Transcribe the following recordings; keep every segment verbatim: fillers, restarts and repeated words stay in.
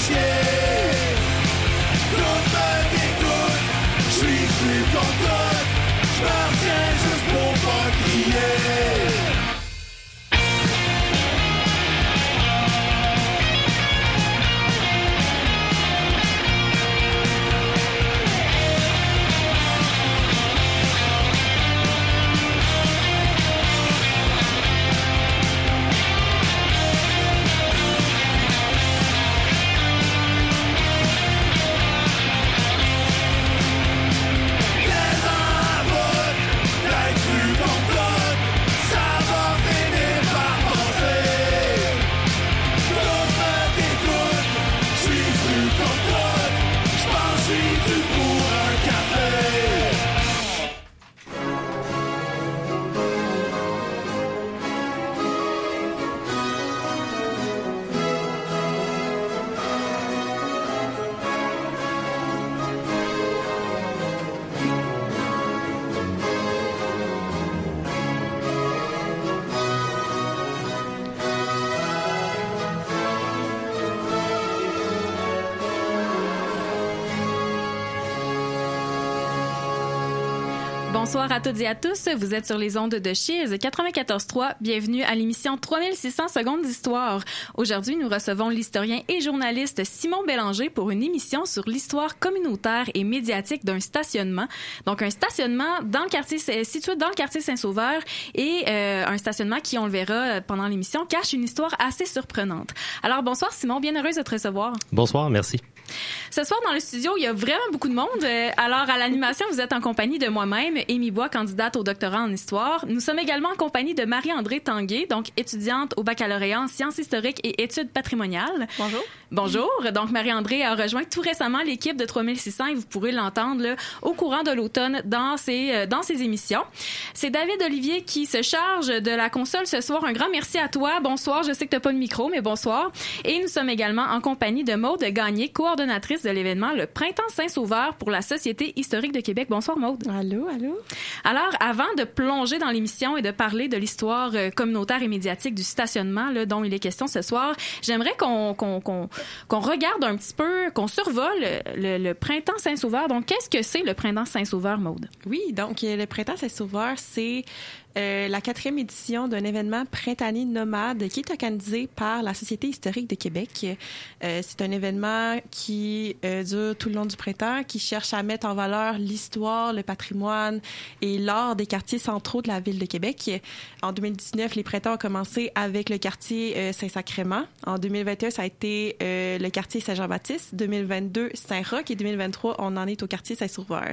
Bonsoir à toutes et à tous. Vous êtes sur les ondes de Chiz quatre-vingt-quatorze trois. Bienvenue à l'émission trois mille six cents secondes d'histoire. Aujourd'hui, nous recevons l'historien et journaliste Simon Bélanger pour une émission sur l'histoire communautaire et médiatique d'un stationnement. Donc, un stationnement dans le quartier, situé dans le quartier Saint-Sauveur et euh, un stationnement qui, on le verra pendant l'émission, cache une histoire assez surprenante. Alors, bonsoir Simon, bien heureuse de te recevoir. Bonsoir, merci. Ce soir, dans le studio, il y a vraiment beaucoup de monde. Alors, à l'animation, vous êtes en compagnie de moi-même, Amy Bois, candidate au doctorat en histoire. Nous sommes également en compagnie de Marie-André Tanguay, donc étudiante au baccalauréat en sciences historiques et études patrimoniales. Bonjour. Bonjour. Donc, Marie-André a rejoint tout récemment l'équipe de trois mille six cents et vous pourrez l'entendre là, au courant de l'automne dans ses, dans ses émissions. C'est David Olivier qui se charge de la console ce soir. Un grand merci à toi. Bonsoir. Je sais que tu n'as pas de micro, mais bonsoir. Et nous sommes également en compagnie de Maude Gagné, coordonnatrice de l'événement Le Printemps Saint-Sauveur pour la Société historique de Québec. Bonsoir, Maude. Allô, allô. Alors, avant de plonger dans l'émission et de parler de l'histoire communautaire et médiatique du stationnement là, dont il est question ce soir, j'aimerais qu'on, qu'on, qu'on, qu'on regarde un petit peu, qu'on survole le, le Printemps Saint-Sauveur. Donc, qu'est-ce que c'est le Printemps Saint-Sauveur, Maude? Oui, donc le Printemps Saint-Sauveur, c'est Euh, la quatrième édition d'un événement printanier nomade qui est organisé par la Société historique de Québec. Euh, c'est un événement qui euh, dure tout le long du printemps, qui cherche à mettre en valeur l'histoire, le patrimoine et l'art des quartiers centraux de la ville de Québec. En deux mille dix-neuf, les printemps ont commencé avec le quartier euh, Saint-Sacrement. En deux mille vingt et un, ça a été euh, le quartier Saint-Jean-Baptiste. deux mille vingt-deux, Saint-Roch. Et deux mille vingt-trois, on en est au quartier Saint-Sauveur.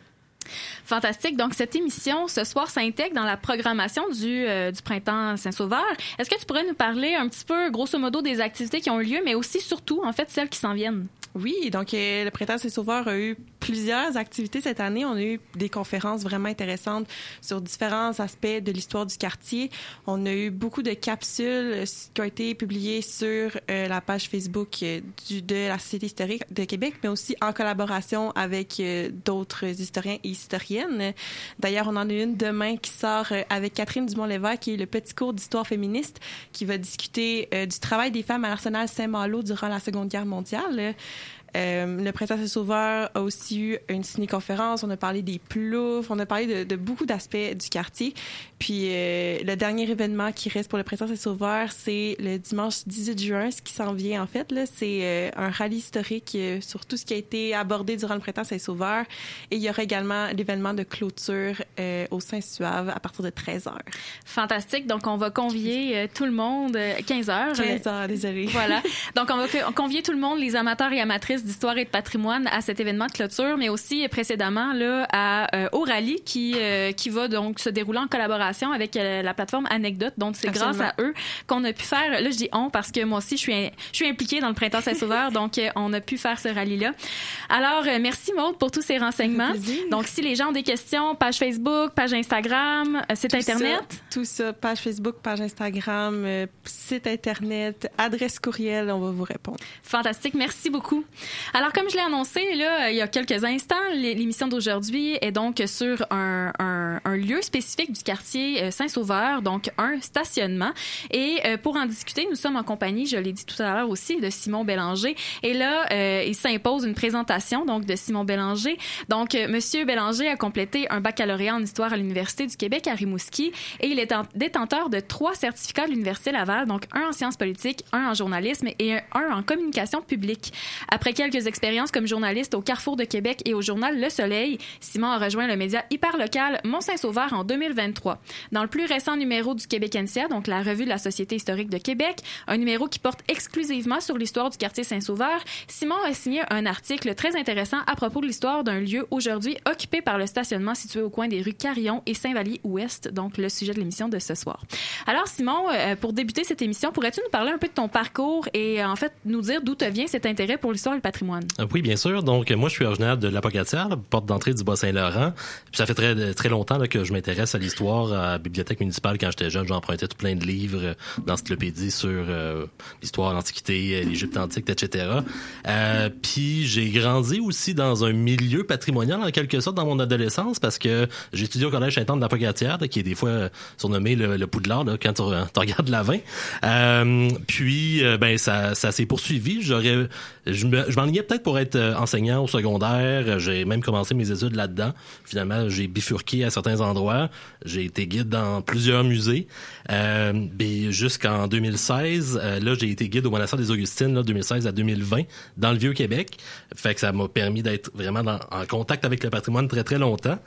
Fantastique. Donc, cette émission, ce soir, s'intègre dans la programmation du, euh, du Printemps Saint-Sauveur. Est-ce que tu pourrais nous parler un petit peu, grosso modo, des activités qui ont eu lieu, mais aussi, surtout, en fait, celles qui s'en viennent? Oui, donc euh, le Printemps Saint-Sauveur a eu plusieurs activités cette année. On a eu des conférences vraiment intéressantes sur différents aspects de l'histoire du quartier. On a eu beaucoup de capsules qui ont été publiées sur euh, la page Facebook euh, du, de la Société historique de Québec, mais aussi en collaboration avec euh, d'autres historiens et historiennes. D'ailleurs, on en a une demain qui sort euh, avec Catherine Dumont-Lévesque, qui est le petit cours d'histoire féministe, qui va discuter euh, du travail des femmes à l'Arsenal Saint-Malo durant la Seconde Guerre mondiale. Euh, le Printemps Saint-Sauveur a aussi eu une ciné-conférence. On a parlé des ploufs, on a parlé de, de beaucoup d'aspects du quartier. Puis euh, le dernier événement qui reste pour le Printemps Saint-Sauveur, c'est le dimanche dix-huit juin, ce qui s'en vient en fait. Là, c'est euh, un rallye historique euh, sur tout ce qui a été abordé durant le Printemps Saint-Sauveur. Et il y aura également l'événement de clôture euh, au Saint-Suave à partir de treize heures. Fantastique. Donc, on va convier euh, tout le monde, euh, quinze heures. quinze heures, désolé. Voilà. Donc, on va convier tout le monde, les amateurs et amatrices d'histoire et de patrimoine, à cet événement de clôture, mais aussi précédemment là, à, euh, au rallye qui, euh, qui va donc se dérouler en collaboration avec euh, la plateforme Anecdote. Donc, c'est Absolument. grâce à eux qu'on a pu faire, là, je dis on parce que moi aussi, je suis, je suis impliquée dans le Printemps Saint-Sauveur, donc euh, on a pu faire ce rallye-là. Alors, euh, merci Maude pour tous ces renseignements. Donc, si les gens ont des questions, page Facebook, page Instagram, euh, site tout Internet. Ça, tout ça, page Facebook, page Instagram, euh, site Internet, adresse courriel, on va vous répondre. Fantastique, merci beaucoup. Alors, comme je l'ai annoncé là, il y a quelques quelques instants. L'émission d'aujourd'hui est donc sur un, un, un lieu spécifique du quartier Saint-Sauveur, donc un stationnement. Et euh, pour en discuter, nous sommes en compagnie, je l'ai dit tout à l'heure aussi, de Simon Bélanger. Et là, euh, il s'impose une présentation donc de Simon Bélanger. Donc, euh, Monsieur Bélanger a complété un baccalauréat en histoire à l'Université du Québec à Rimouski et il est en, détenteur de trois certificats de l'Université Laval, donc un en sciences politiques, un en journalisme et un, un en communication publique. Après quelques expériences comme journaliste au Carrefour de Québec et au journal Le Soleil, Simon a rejoint le média hyperlocal Mont-Saint-Sauveur en deux mille vingt-trois. Dans le plus récent numéro du Québéquensia, donc la revue de la Société historique de Québec, un numéro qui porte exclusivement sur l'histoire du quartier Saint-Sauveur, Simon a signé un article très intéressant à propos de l'histoire d'un lieu aujourd'hui occupé par le stationnement situé au coin des rues Carillon et Saint-Vallier-Ouest, donc le sujet de l'émission de ce soir. Alors Simon, euh, pour débuter cette émission, pourrais-tu nous parler un peu de ton parcours et euh, en fait nous dire d'où te vient cet intérêt pour l'histoire et le patrimoine? Oui, bien sûr. Donc moi je suis originaire de Lapocatière, porte d'entrée du Bas-Saint-Laurent. Puis ça fait très très longtemps là, que je m'intéresse à l'histoire à la bibliothèque municipale. Quand j'étais jeune, j'empruntais tout plein de livres d'encyclopédies sur euh, l'histoire, l'Antiquité, l'Égypte antique, et cetera. Euh, puis j'ai grandi aussi dans un milieu patrimonial en quelque sorte dans mon adolescence parce que j'ai étudié au collège Saint-Anne de la Pocatière, qui est des fois surnommé le, le Poudlard là, quand tu, tu regardes la vingt. Euh, puis euh, ben ça ça s'est poursuivi. J'aurais je me je m'enlignais peut-être pour être enseignant au secondaire. J'ai même commencé mes études là-dedans. Finalement, j'ai bifurqué à certains endroits. J'ai été guide dans plusieurs musées. Euh, ben, jusqu'en deux mille seize, euh, là j'ai été guide au monastère des Augustines là, deux mille seize à deux mille vingt dans le Vieux-Québec. Fait que ça m'a permis d'être vraiment dans, en contact avec le patrimoine très très longtemps.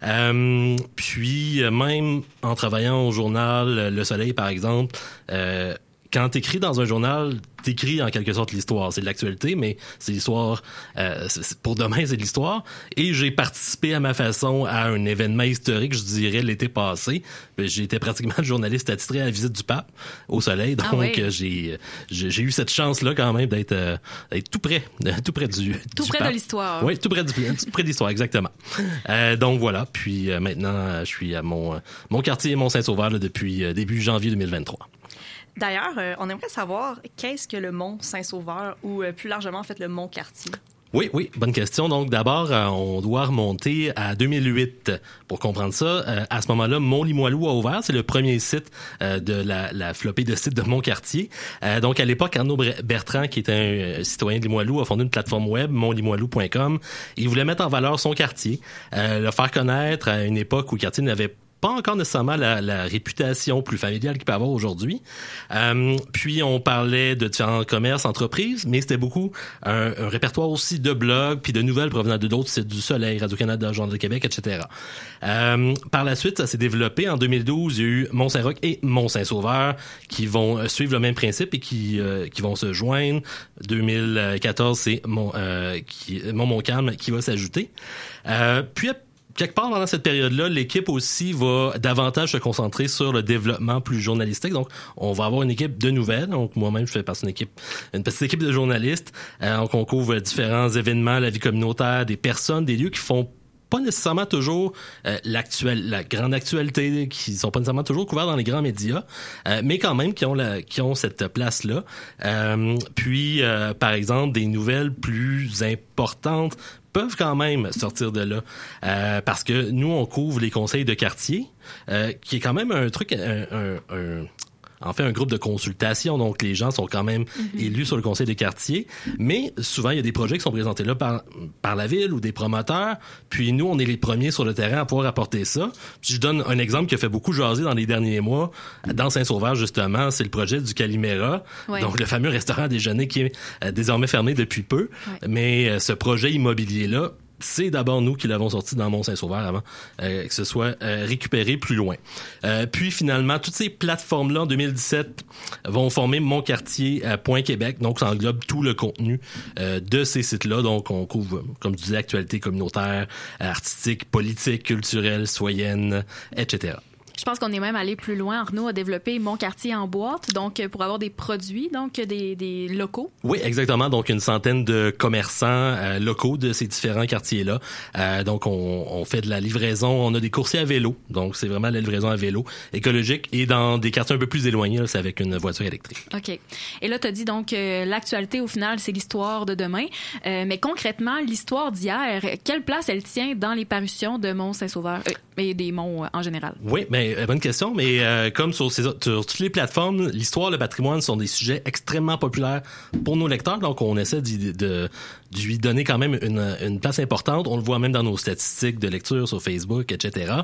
Euh, puis même en travaillant au journal Le Soleil par exemple, euh, quand t'écris dans un journal, t'écris en quelque sorte l'histoire. C'est de l'actualité, mais c'est l'histoire. Euh, c'est, pour demain, c'est de l'histoire. Et j'ai participé à ma façon à un événement historique, je dirais, l'été passé. J'étais pratiquement le journaliste attitré à la visite du pape au Soleil. Donc, ah oui. j'ai, j'ai j'ai eu cette chance-là quand même d'être, euh, d'être tout près, tout près du, tout du près pape. de l'histoire. Oui, tout près du, tout près de l'histoire, exactement. Euh, donc voilà. Puis euh, maintenant, je suis à mon euh, mon quartier Mont-Saint-Sauveur là, depuis euh, début janvier deux mille vingt-trois. D'ailleurs, euh, on aimerait savoir qu'est-ce que le Mont Saint-Sauveur ou euh, plus largement en fait le Mont Cartier. Oui, oui, bonne question. Donc d'abord, euh, on doit remonter à deux mille huit pour comprendre ça. Euh, à ce moment-là, Mont-Limoilou a ouvert. C'est le premier site euh, de la, la flopée de sites de Mont-Cartier. Euh, donc à l'époque, Arnaud Bertrand, qui est un euh, citoyen de Limoilou, a fondé une plateforme web, mont limoilou point com. Il voulait mettre en valeur son quartier, euh, le faire connaître à une époque où le quartier n'avait pas encore nécessairement la, la réputation plus familiale qu'il peut avoir aujourd'hui. Euh, puis on parlait de différents commerces, entreprises, mais c'était beaucoup un, un répertoire aussi de blogs puis de nouvelles provenant de d'autres sites du Soleil, Radio-Canada, Journal de Québec, et cetera. Euh, par la suite, ça s'est développé. En deux mille douze, il y a eu Mont-Saint-Roch et Mont-Saint-Sauveur qui vont suivre le même principe et qui euh, qui vont se joindre. deux mille quatorze, c'est Mont, euh, qui, Mont-Montcalm qui va s'ajouter. Euh, puis quelque part pendant cette période-là, l'équipe aussi va davantage se concentrer sur le développement plus journalistique. Donc, on va avoir une équipe de nouvelles. Donc, moi-même, je fais partie d'une équipe, une petite équipe de journalistes. Euh, donc, on couvre différents événements, la vie communautaire, des personnes, des lieux qui font pas nécessairement toujours euh, l'actuel, la grande actualité, qui sont pas nécessairement toujours couverts dans les grands médias, euh, mais quand même qui ont la, qui ont cette place-là. Euh, puis, euh, par exemple, des nouvelles plus importantes peuvent quand même sortir de là, euh, parce que nous, on couvre les conseils de quartier, euh, qui est quand même un truc, un, un, un en fait un groupe de consultation, donc les gens sont quand même mm-hmm. élus sur le conseil de quartier, mais souvent il y a des projets qui sont présentés là par par la ville ou des promoteurs, puis nous on est les premiers sur le terrain à pouvoir apporter ça. Puis je donne un exemple qui a fait beaucoup jaser dans les derniers mois dans Saint-Sauveur justement, c'est le projet du Calimera, ouais. donc le fameux restaurant à déjeuner qui est euh, désormais fermé depuis peu, ouais. mais euh, ce projet immobilier là, c'est d'abord nous qui l'avons sorti dans Mont-Saint-Sauveur avant euh, que ce soit euh, récupéré plus loin. Euh, puis finalement, toutes ces plateformes-là en deux mille dix-sept vont former Moncartier point Québec. Donc, ça englobe tout le contenu euh, de ces sites-là. Donc, on couvre, comme je disais, actualité communautaire, artistique, politique, culturelle, citoyenne, et cetera. Je pense qu'on est même allé plus loin. Arnaud a développé Mon quartier en boîte, donc pour avoir des produits, donc des, des locaux. Oui, exactement. Donc une centaine de commerçants euh, locaux de ces différents quartiers-là. Euh, donc on, on fait de la livraison. On a des coursiers à vélo. Donc c'est vraiment la livraison à vélo écologique. Et dans des quartiers un peu plus éloignés, là, c'est avec une voiture électrique. OK. Et là, tu as dit donc euh, l'actualité, au final, c'est l'histoire de demain. Euh, mais concrètement, l'histoire d'hier, quelle place elle tient dans les parutions de Mont-Saint-Sauveur euh, et des monts euh, en général? Oui, mais euh, bonne question. Mais euh, comme sur, ces, sur toutes les plateformes, l'histoire, le patrimoine sont des sujets extrêmement populaires pour nos lecteurs. Donc, on essaie d'y, de, de lui donner quand même une, une place importante. On le voit même dans nos statistiques de lecture sur Facebook, et cetera.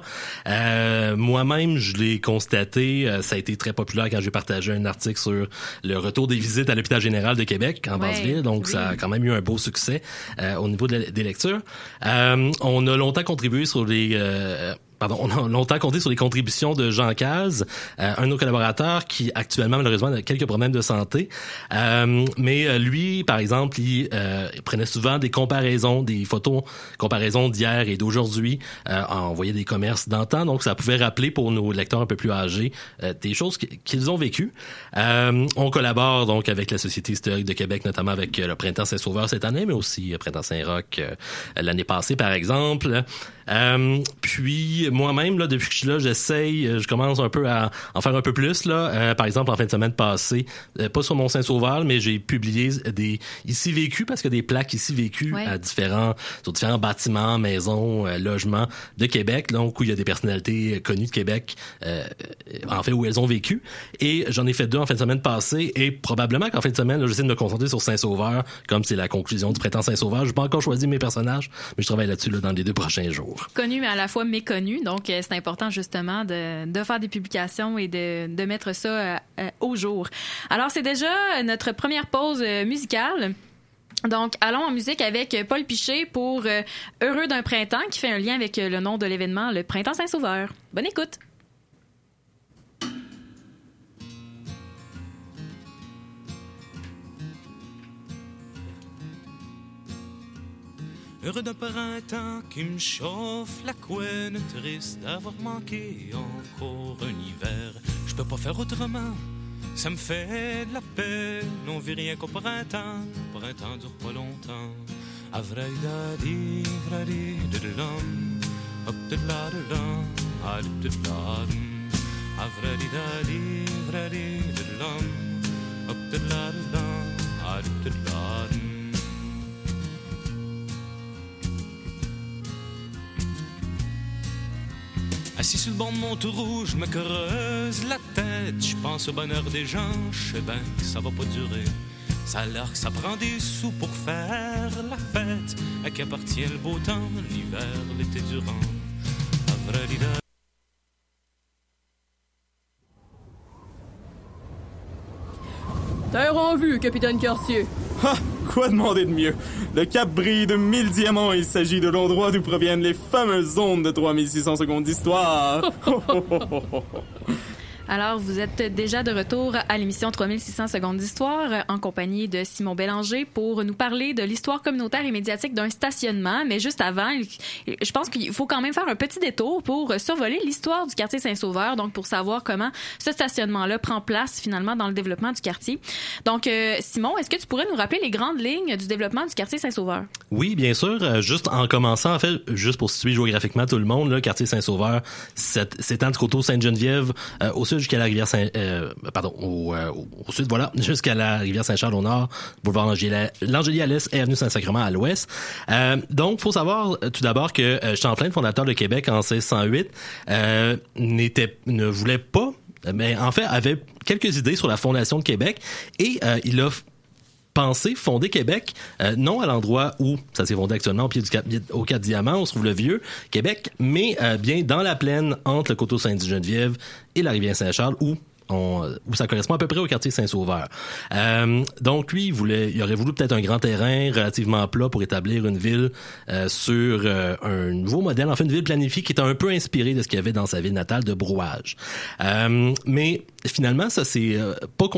Euh, moi-même, je l'ai constaté. Euh, ça a été très populaire quand j'ai partagé un article sur le retour des visites à l'hôpital général de Québec, en ouais, Basse-Ville. Donc, oui. Ça a quand même eu un beau succès euh, au niveau de la, des lectures. Euh, on a longtemps contribué sur les... Euh, Pardon, on a longtemps compté sur les contributions de Jean Caz, euh, un de nos collaborateurs qui actuellement malheureusement a quelques problèmes de santé. Euh, mais euh, lui, par exemple, il, euh, il prenait souvent des comparaisons, des photos, comparaisons d'hier et d'aujourd'hui, euh, envoyait des commerces d'antan. Donc ça pouvait rappeler pour nos lecteurs un peu plus âgés euh, des choses qu'ils ont vécues. Euh, on collabore donc avec la Société historique de Québec, notamment avec euh, le Printemps Saint-Sauveur cette année, mais aussi le Printemps Saint-Roch euh, l'année passée, par exemple. Euh, puis moi-même, là, depuis que je suis là, j'essaye, je commence un peu à en faire un peu plus, là. Euh, par exemple, en fin de semaine passée, euh, pas sur Mont-Saint-Sauveur, mais j'ai publié des ici vécus, parce qu'il y a des plaques ici vécus ouais. à différents, sur différents bâtiments, maisons, euh, logements de Québec, donc où il y a des personnalités connues de Québec, euh, en fait, où elles ont vécu. Et j'en ai fait deux en fin de semaine passée, et probablement qu'en fin de semaine, là, j'essaie de me concentrer sur Saint-Sauveur, comme c'est la conclusion du Printemps Saint-Sauveur. Je n'ai pas encore choisi mes personnages, mais je travaille là-dessus là, dans les deux prochains jours. Connu, mais à la fois méconnu. Donc, euh, c'est important, justement, de, de faire des publications et de, de mettre ça euh, euh, au jour. Alors, c'est déjà notre première pause euh, musicale. Donc, allons en musique avec Paul Piché pour euh, Heureux d'un printemps, qui fait un lien avec euh, le nom de l'événement, le Printemps Saint-Sauveur. Bonne écoute! Heureux d'un printemps qui me chauffe la couenne, triste d'avoir manqué encore un hiver. Je peux pas faire autrement, ça me fait de la peine. On vit rien qu'au printemps, le printemps dure pas longtemps. Avradi, vradi, diddlam, up diddladam, ad diddladam. Avradi, dadi, vradi, diddlam, up diddladam, ad diddladam. Assis sur le banc de Montrouge, je me creuse la tête. Je pense au bonheur des gens, je sais bien que ça va pas durer. Ça a l'air que ça prend des sous pour faire la fête. À qui appartient le beau temps, l'hiver, l'été durant. Avralida. Terre en vue, capitaine Cartier. Ha! Quoi demander de mieux? Le cap brille de mille diamants. Il s'agit de l'endroit d'où proviennent les fameuses ondes de trois mille six cents secondes d'histoire. Alors, vous êtes déjà de retour à l'émission trois mille six cents secondes d'histoire en compagnie de Simon Bélanger pour nous parler de l'histoire communautaire et médiatique d'un stationnement. Mais juste avant, je pense qu'il faut quand même faire un petit détour pour survoler l'histoire du quartier Saint-Sauveur, donc pour savoir comment ce stationnement-là prend place finalement dans le développement du quartier. Donc, euh, Simon, est-ce que tu pourrais nous rappeler les grandes lignes du développement du quartier Saint-Sauveur? Oui, bien sûr. Euh, juste en commençant, en fait, juste pour situer géographiquement tout le monde, le quartier Saint-Sauveur s'étend du coteau Sainte-Geneviève euh, au sud jusqu'à la rivière Saint euh, pardon au, euh, au sud voilà jusqu'à la rivière Saint-Charles au nord, boulevard L'Angélie à l'est et avenue Saint-Sacrement à l'ouest. Euh, donc faut savoir tout d'abord que euh, Champlain, le fondateur de Québec en seize cent huit, euh, n'était ne voulait pas, mais en fait avait quelques idées sur la fondation de Québec et euh, il a pensé fonder Québec, euh, non à l'endroit où ça s'est fondé actuellement au pied du cap, au Cap Diamant, où se trouve le vieux Québec, mais euh, bien dans la plaine entre le coteau Sainte-Geneviève et la rivière Saint-Charles, où On, où ça correspond à peu près au quartier Saint-Sauveur. Euh, donc lui, il voulait, il aurait voulu peut-être un grand terrain relativement plat pour établir une ville euh, sur euh, un nouveau modèle, en fait une ville planifiée qui était un peu inspirée de ce qu'il y avait dans sa ville natale de Brouage. Euh, mais finalement, ça c'est euh, pas con,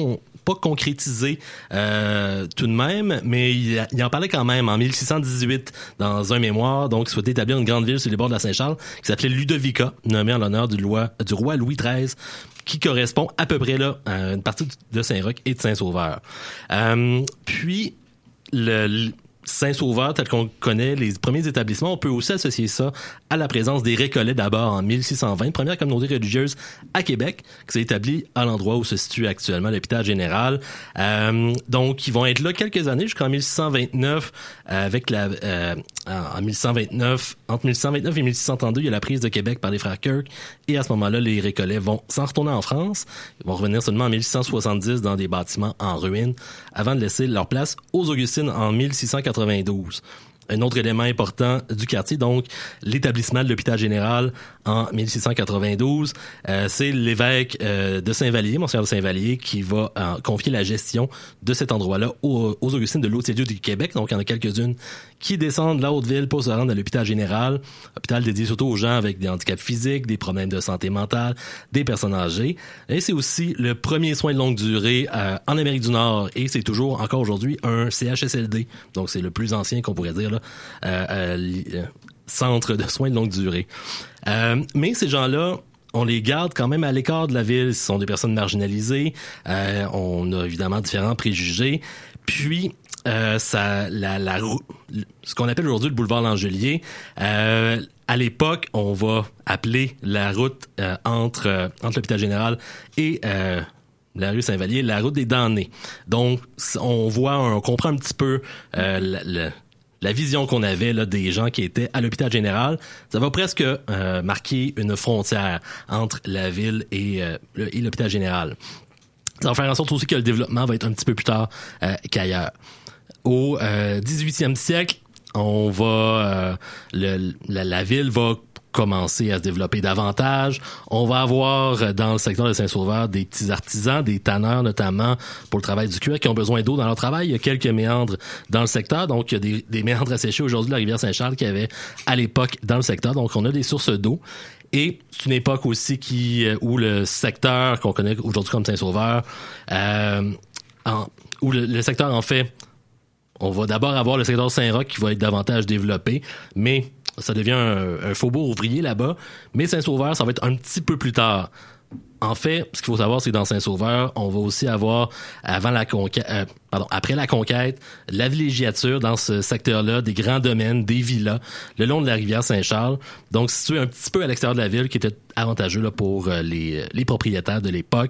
pas concrétisé euh, tout de même, mais il, il en parlait quand même en mille six cent dix-huit dans un mémoire. Donc, il souhaitait établir une grande ville sur les bords de la Saint-Charles qui s'appelait Ludovica, nommée en l'honneur du, loi, du roi Louis treize, qui correspond à peu près là à une partie de Saint-Roch et de Saint-Sauveur. Euh, puis, le... le Saint-Sauveur, tel qu'on connaît les premiers établissements, on peut aussi associer ça à la présence des Récollets d'abord en mille six cent vingt, première communauté religieuse à Québec, qui s'est établie à l'endroit où se situe actuellement l'hôpital général. Euh, donc, ils vont être là quelques années, jusqu'en mille six cent vingt-neuf, euh, avec la, euh, en mille six cent vingt-neuf, entre mille six cent vingt-neuf et mille six cent trente-deux, il y a la prise de Québec par les frères Kirk, et à ce moment-là, les Récollets vont s'en retourner en France. Ils vont revenir seulement en mille six cent soixante-dix dans des bâtiments en ruine, avant de laisser leur place aux Augustines en mille six cent quatre-vingt-douze. Un autre élément important du quartier, donc l'établissement de l'hôpital général en mille six cent quatre-vingt-douze, euh, c'est l'évêque euh, de Saint-Vallier, Monseigneur de Saint-Vallier, qui va euh, confier la gestion de cet endroit-là aux, aux Augustines de l'Hôtel-Dieu du Québec. Donc, il y en a quelques-unes qui descendent de la Haute-Ville pour se rendre à l'hôpital général, hôpital dédié surtout aux gens avec des handicaps physiques, des problèmes de santé mentale, des personnes âgées. Et c'est aussi le premier soin de longue durée euh, en Amérique du Nord, et c'est toujours, encore aujourd'hui, un C H S L D. Donc, c'est le plus ancien qu'on pourrait dire, là, euh, euh, centre de soins de longue durée. Euh, mais ces gens-là, on les garde quand même à l'écart de la ville. Ce sont des personnes marginalisées. Euh, on a évidemment différents préjugés. Puis, euh, ça, la, la, ce qu'on appelle aujourd'hui le boulevard Langelier, euh, à l'époque, on va appeler la route euh, entre, euh, entre l'hôpital général et euh, la rue Saint-Vallier, la route des damnés. Donc, on voit, on comprend un petit peu euh, la, la la vision qu'on avait là des gens qui étaient à l'hôpital général. Ça va presque euh, marquer une frontière entre la ville et, euh, le, et l'hôpital général. Ça va faire en sorte aussi que le développement va être un petit peu plus tard euh, qu'ailleurs. Au euh, dix-huitième siècle, on va euh, le, la, la ville va commencer à se développer davantage. On va avoir dans le secteur de Saint-Sauveur des petits artisans, des tanneurs notamment pour le travail du cuir qui ont besoin d'eau dans leur travail. Il y a quelques méandres dans le secteur, donc il y a des, des méandres asséchés aujourd'hui de la rivière Saint-Charles qu'il y avait à l'époque dans le secteur. Donc on a des sources d'eau. Et c'est une époque aussi qui où le secteur qu'on connaît aujourd'hui comme Saint-Sauveur, euh, en, où le, le secteur en fait, on va d'abord avoir le secteur Saint-Roch qui va être davantage développé, mais ça devient un, un faubourg ouvrier là-bas. Mais Saint-Sauveur, ça va être un petit peu plus tard. En fait, ce qu'il faut savoir, c'est que dans Saint-Sauveur, on va aussi avoir, avant la conquête, euh, pardon, après la conquête, la villégiature dans ce secteur-là, des grands domaines, des villas, le long de la rivière Saint-Charles. Donc, situé un petit peu à l'extérieur de la ville, qui était avantageux là, pour euh, les, les propriétaires de l'époque.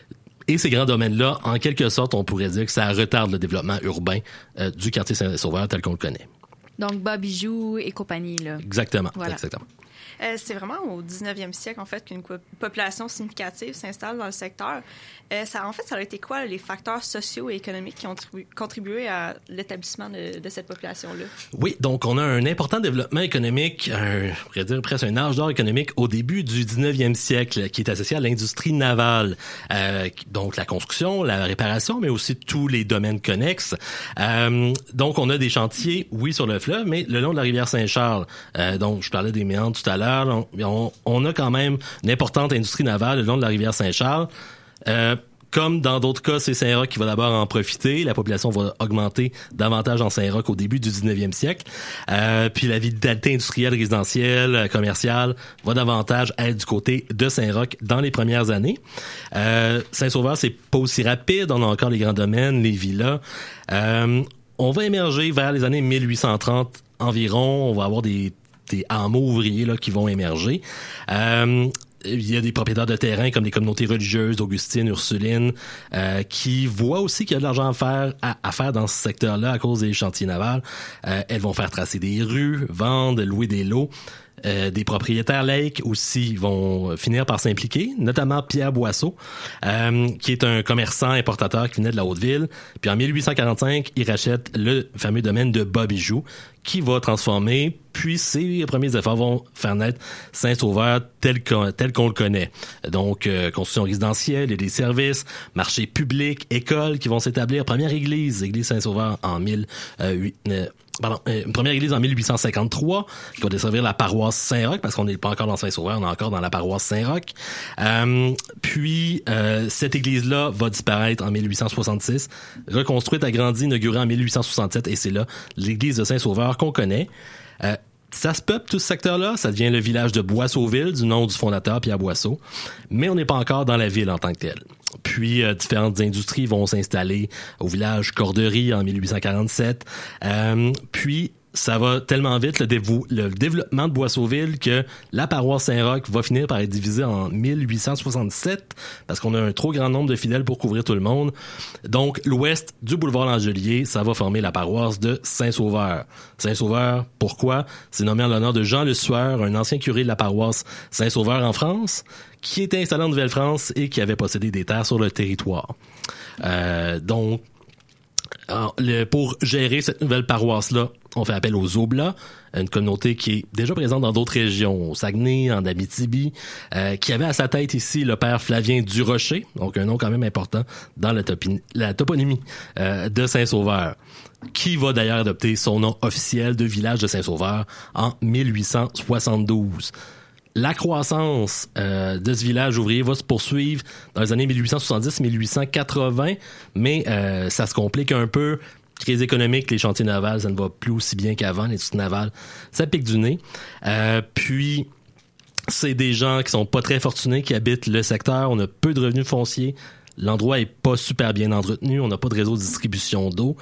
Et ces grands domaines-là, en quelque sorte, on pourrait dire que ça retarde le développement urbain euh, du quartier Saint-Sauveur tel qu'on le connaît. Donc, Bas Bijou et compagnie, là. Exactement, voilà. exactement. Euh, c'est vraiment au dix-neuvième siècle, en fait, qu'une co- population significative s'installe dans le secteur. Euh, ça, en fait, ça a été quoi les facteurs sociaux et économiques qui ont tribu- contribué à l'établissement de, de cette population-là? Oui, donc on a un important développement économique, un, on pourrait dire presque un âge d'or économique au début du dix-neuvième siècle, qui est associé à l'industrie navale. Euh, donc la construction, la réparation, mais aussi tous les domaines connexes. Euh, donc on a des chantiers, oui, sur le fleuve, mais le long de la rivière Saint-Charles. Euh, donc je parlais des méandres tout à l'heure. On, on a quand même une importante industrie navale le long de la rivière Saint-Charles. Euh, comme dans d'autres cas, c'est Saint-Roch qui va d'abord en profiter. La population va augmenter davantage en Saint-Roch au début du dix-neuvième siècle. Euh, puis la vitalité industrielle, résidentielle, commerciale va davantage être du côté de Saint-Roch dans les premières années. Euh, Saint-Sauveur, c'est pas aussi rapide. On a encore les grands domaines, les villas. Euh, on va émerger vers les années mille huit cent trente environ. On va avoir des des hameaux ouvriers là qui vont émerger. Euh, il y a des propriétaires de terrain comme des communautés religieuses, Augustine, Ursuline, euh, qui voient aussi qu'il y a de l'argent à faire, à, à faire dans ce secteur-là à cause des chantiers navals. Euh, elles vont faire tracer des rues, vendre, louer des lots. Euh, des propriétaires laïcs aussi vont finir par s'impliquer, notamment Pierre Boisseau, euh, qui est un commerçant importateur qui venait de la Haute-Ville. Puis en mille huit cent quarante-cinq, il rachète le fameux domaine de Bas Bijou, qui va transformer, puis ses premiers efforts vont faire naître Saint-Sauveur tel qu'on, tel qu'on le connaît. Donc, euh, construction résidentielle et des services, marchés publics, écoles qui vont s'établir. Première église, église Saint-Sauveur en mille huit, euh, Pardon, une première église en mille huit cent cinquante-trois qui va desservir la paroisse Saint-Roch parce qu'on n'est pas encore dans Saint-Sauveur, on est encore dans la paroisse Saint-Roch. Euh, puis euh, cette église-là va disparaître en mille huit cent soixante-six, reconstruite, agrandie, inaugurée en mille huit cent soixante-sept et c'est là l'église de Saint-Sauveur qu'on connaît. Euh, Ça se peuple, tout ce secteur-là. Ça devient le village de Boisseauville, du nom du fondateur, Pierre Boisseau. Mais on n'est pas encore dans la ville en tant que telle. Puis, euh, différentes industries vont s'installer au village Corderie en mille huit cent quarante-sept. Euh, puis, ça va tellement vite, le, dévo- le développement de Boisseauville, que la paroisse Saint-Roch va finir par être divisée en mille huit cent soixante-sept, parce qu'on a un trop grand nombre de fidèles pour couvrir tout le monde. Donc, l'ouest du boulevard Langelier, ça va former la paroisse de Saint-Sauveur. Saint-Sauveur, pourquoi? C'est nommé en l'honneur de Jean Le Sueur, un ancien curé de la paroisse Saint-Sauveur en France, qui était installé en Nouvelle-France et qui avait possédé des terres sur le territoire. Euh, donc, alors, le, pour gérer cette nouvelle paroisse-là, on fait appel aux Oblats, une communauté qui est déjà présente dans d'autres régions, au Saguenay, en Abitibi, euh, qui avait à sa tête ici le père Flavien Durocher, donc un nom quand même important dans la, topi- la toponymie euh, de Saint-Sauveur, qui va d'ailleurs adopter son nom officiel de village de Saint-Sauveur en mille huit cent soixante-douze. La croissance euh, de ce village ouvrier va se poursuivre dans les années mille huit cent soixante-dix mille huit cent quatre-vingts, mais euh, ça se complique un peu. Crise économique, les chantiers navals, ça ne va plus aussi bien qu'avant. Les trucs navals, ça pique du nez. Euh, puis, c'est des gens qui sont pas très fortunés qui habitent le secteur. On a peu de revenus fonciers. L'endroit est pas super bien entretenu. On n'a pas de réseau de distribution d'eau.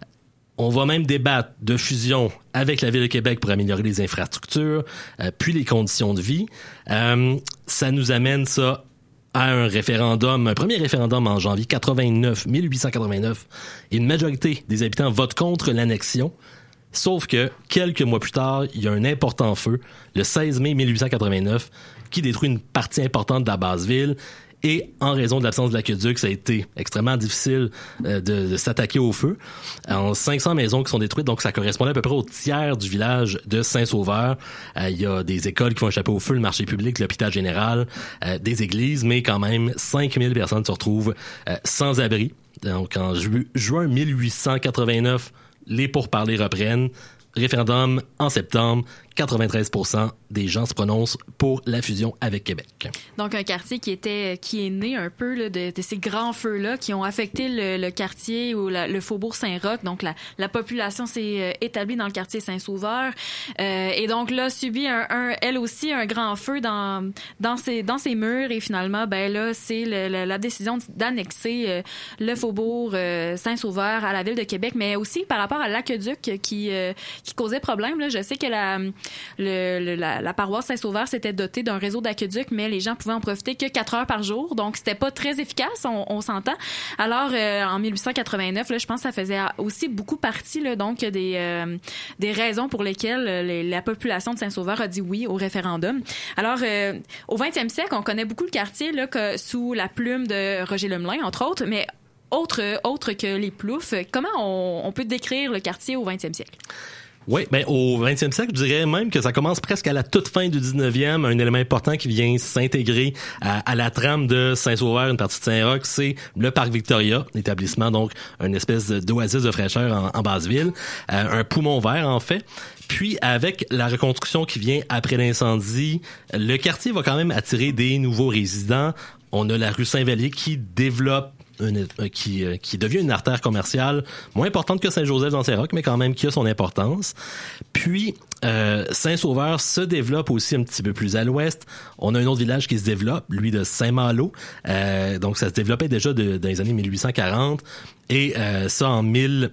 On va même débattre de fusion avec la Ville de Québec pour améliorer les infrastructures, euh, puis les conditions de vie. Euh, ça nous amène ça à un référendum, un premier référendum en janvier quatre-vingt-neuf, mille huit cent quatre-vingt-neuf, et une majorité des habitants votent contre l'annexion. Sauf que, quelques mois plus tard, il y a un important feu, le seize mai mille huit cent quatre-vingt-neuf, qui détruit une partie importante de la base-ville. Et en raison de l'absence de l'aqueduc, ça a été extrêmement difficile euh, de, de s'attaquer au feu. En cinq cents maisons qui sont détruites, donc ça correspondait à peu près au tiers du village de Saint-Sauveur. Euh, il y a des écoles qui vont échapper au feu, le marché public, l'hôpital général, euh, des églises, mais quand même cinq mille personnes se retrouvent euh, sans abri. Donc en ju- juin mille huit cent quatre-vingt-neuf, les pourparlers reprennent. Référendum en septembre, quatre-vingt-treize pour cent des gens se prononcent pour la fusion avec Québec. Donc, un quartier qui était, qui est né un peu là, de, de ces grands feux-là qui ont affecté le, le quartier ou la, le faubourg Saint-Roch. Donc, la, la population s'est euh, établie dans le quartier Saint-Sauveur. Euh, et donc, là, subit un, un, elle aussi un grand feu dans, dans, ses, dans ses murs. Et finalement, ben là, c'est le, le, la décision d'annexer euh, le faubourg euh, Saint-Sauveur à la Ville de Québec, mais aussi par rapport à l'aqueduc qui, euh, qui causait problème. Là. Je sais que la, le, le, la, la paroisse Saint-Sauveur s'était dotée d'un réseau d'aqueduc, mais les gens pouvaient en profiter que quatre heures par jour. Donc, c'était pas très efficace, on, on s'entend. Alors, euh, en mille huit cent quatre-vingt-neuf, là, je pense que ça faisait aussi beaucoup partie là, donc des, euh, des raisons pour lesquelles les, la population de Saint-Sauveur a dit oui au référendum. Alors, euh, au vingtième siècle, on connaît beaucoup le quartier là, que, sous la plume de Roger Lemelin, entre autres, mais autre, autre que les ploufs. Comment on, on peut décrire le quartier au vingtième siècle? Oui, ben au vingtième siècle, je dirais même que ça commence presque à la toute fin du dix-neuvième. Un élément important qui vient s'intégrer à, à la trame de Saint-Sauveur, une partie de Saint-Roch, c'est le parc Victoria, établissement donc une espèce d'oasis de fraîcheur en, en basse-ville, euh, un poumon vert en fait. Puis avec la reconstruction qui vient après l'incendie, le quartier va quand même attirer des nouveaux résidents. On a la rue Saint-Vallier qui développe Une, qui, qui devient une artère commerciale moins importante que Saint-Joseph dans Saint-Roch, mais quand même qui a son importance. Puis, euh, Saint-Sauveur se développe aussi un petit peu plus à l'ouest. On a un autre village qui se développe, lui de Saint-Malo. Euh, donc, ça se développait déjà de, dans les années mille huit cent quarante. Et euh, ça, en mille...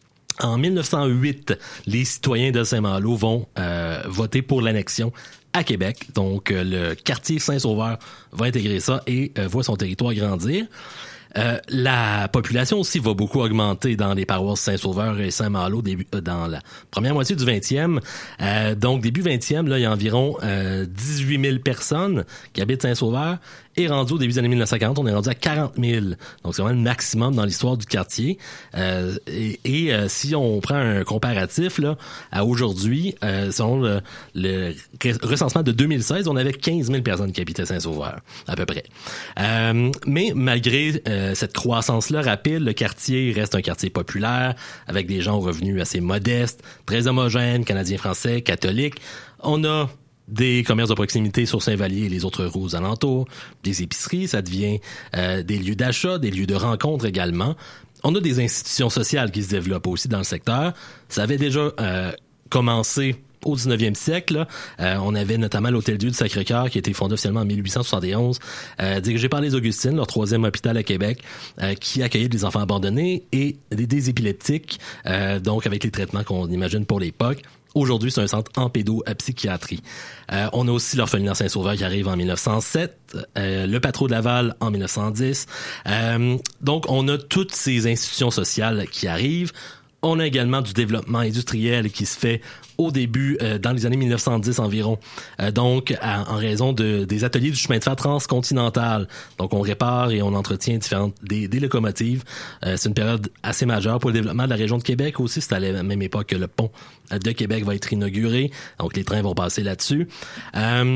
En mille neuf cent huit, les citoyens de Saint-Malo vont euh, voter pour l'annexion à Québec. Donc, euh, le quartier Saint-Sauveur va intégrer ça et euh, voit son territoire grandir. Euh, la population aussi va beaucoup augmenter dans les paroisses Saint-Sauveur et Saint-Malo début, euh, dans la première moitié du vingtième. Euh, donc, début vingtième, là, il y a environ euh, dix-huit mille personnes qui habitent Saint-Sauveur. est rendu au début des années mille neuf cent quarante, on est rendu à quarante mille. Donc, c'est vraiment le maximum dans l'histoire du quartier. Euh, et et euh, si on prend un comparatif là à aujourd'hui, euh, selon le, le recensement de deux mille seize, on avait quinze mille personnes qui habitaient Saint-Sauveur, à peu près. Euh, mais malgré euh, cette croissance-là rapide, le quartier reste un quartier populaire, avec des gens aux revenus assez modestes, très homogènes, canadiens, français, catholiques. On a des commerces de proximité sur Saint-Vallier et les autres rues aux alentours, des épiceries, ça devient euh, des lieux d'achat, des lieux de rencontre également. On a des institutions sociales qui se développent aussi dans le secteur. Ça avait déjà euh, commencé au dix-neuvième siècle. Là. Euh, on avait notamment l'Hôtel-Dieu du Sacré-Cœur qui a été fondé officiellement en mille huit cent soixante et onze, euh, dirigé par les Augustines, leur troisième hôpital à Québec, euh, qui accueillait des enfants abandonnés et des, des épileptiques, euh, donc avec les traitements qu'on imagine pour l'époque. Aujourd'hui, c'est un centre en pédopsychiatrie. Euh, on a aussi l'orphelinat Saint-Sauveur qui arrive en mille neuf cent sept, euh, le Patro de Laval en mille neuf cent dix. Euh, donc, on a toutes ces institutions sociales qui arrivent. On a également du développement industriel qui se fait au début, euh, dans les années mille neuf cent dix environ. Euh, donc, à, en raison de, des ateliers du chemin de fer transcontinental. Donc, on répare et on entretient différentes des, des locomotives. Euh, c'est une période assez majeure pour le développement de la région de Québec aussi. C'est à la même époque que le pont de Québec va être inauguré. Donc, les trains vont passer là-dessus. Euh,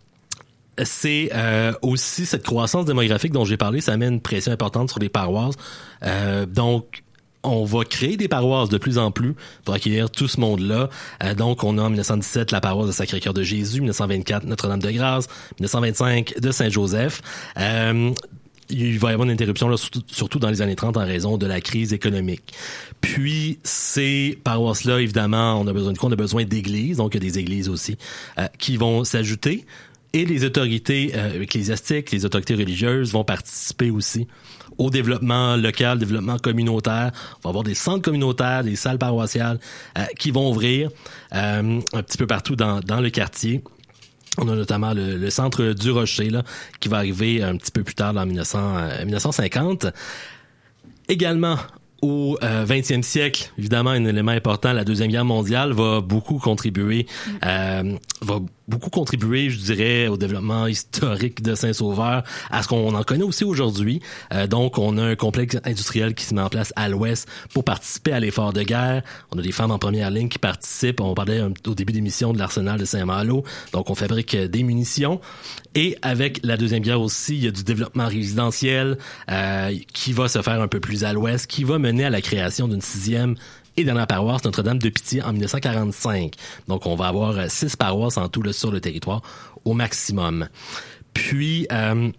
c'est euh, aussi cette croissance démographique dont j'ai parlé. Ça met une pression importante sur les paroisses. Euh, donc, on va créer des paroisses de plus en plus pour accueillir tout ce monde-là. Euh, donc, on a en mille neuf cent dix-sept la paroisse de Sacré-Cœur de Jésus, mille neuf cent vingt-quatre Notre-Dame-de-Grâce, mille neuf cent vingt-cinq de Saint-Joseph. Euh, il va y avoir une interruption là, surtout, surtout dans les années trente en raison de la crise économique. Puis, ces paroisses-là, évidemment, on a besoin de quoi? On a besoin d'églises, donc il y a des églises aussi euh, qui vont s'ajouter. Et les autorités euh, ecclésiastiques, les autorités religieuses vont participer aussi au développement local, développement communautaire. On va avoir des centres communautaires, des salles paroissiales euh, qui vont ouvrir euh, un petit peu partout dans, dans le quartier. On a notamment le, le centre du Rocher là, qui va arriver un petit peu plus tard, dans mille neuf cents, euh, mille neuf cent cinquante. Également, au euh, vingtième siècle, évidemment, un élément important, la Deuxième Guerre mondiale va beaucoup contribuer, euh, va beaucoup contribuer, je dirais, au développement historique de Saint-Sauveur, à ce qu'on en connaît aussi aujourd'hui. Euh, donc, on a un complexe industriel qui se met en place à l'ouest pour participer à l'effort de guerre. On a des femmes en première ligne qui participent. On parlait un, au début d'émission de l'arsenal de Saint-Malo. Donc, on fabrique des munitions. Et avec la Deuxième Guerre aussi, il y a du développement résidentiel euh, qui va se faire un peu plus à l'ouest, qui va mener à la création d'une sixième et dernière paroisse, Notre-Dame de Pitié, en mille neuf cent quarante-cinq. Donc, on va avoir six paroisses en tout là, sur le territoire au maximum. Puis, euh,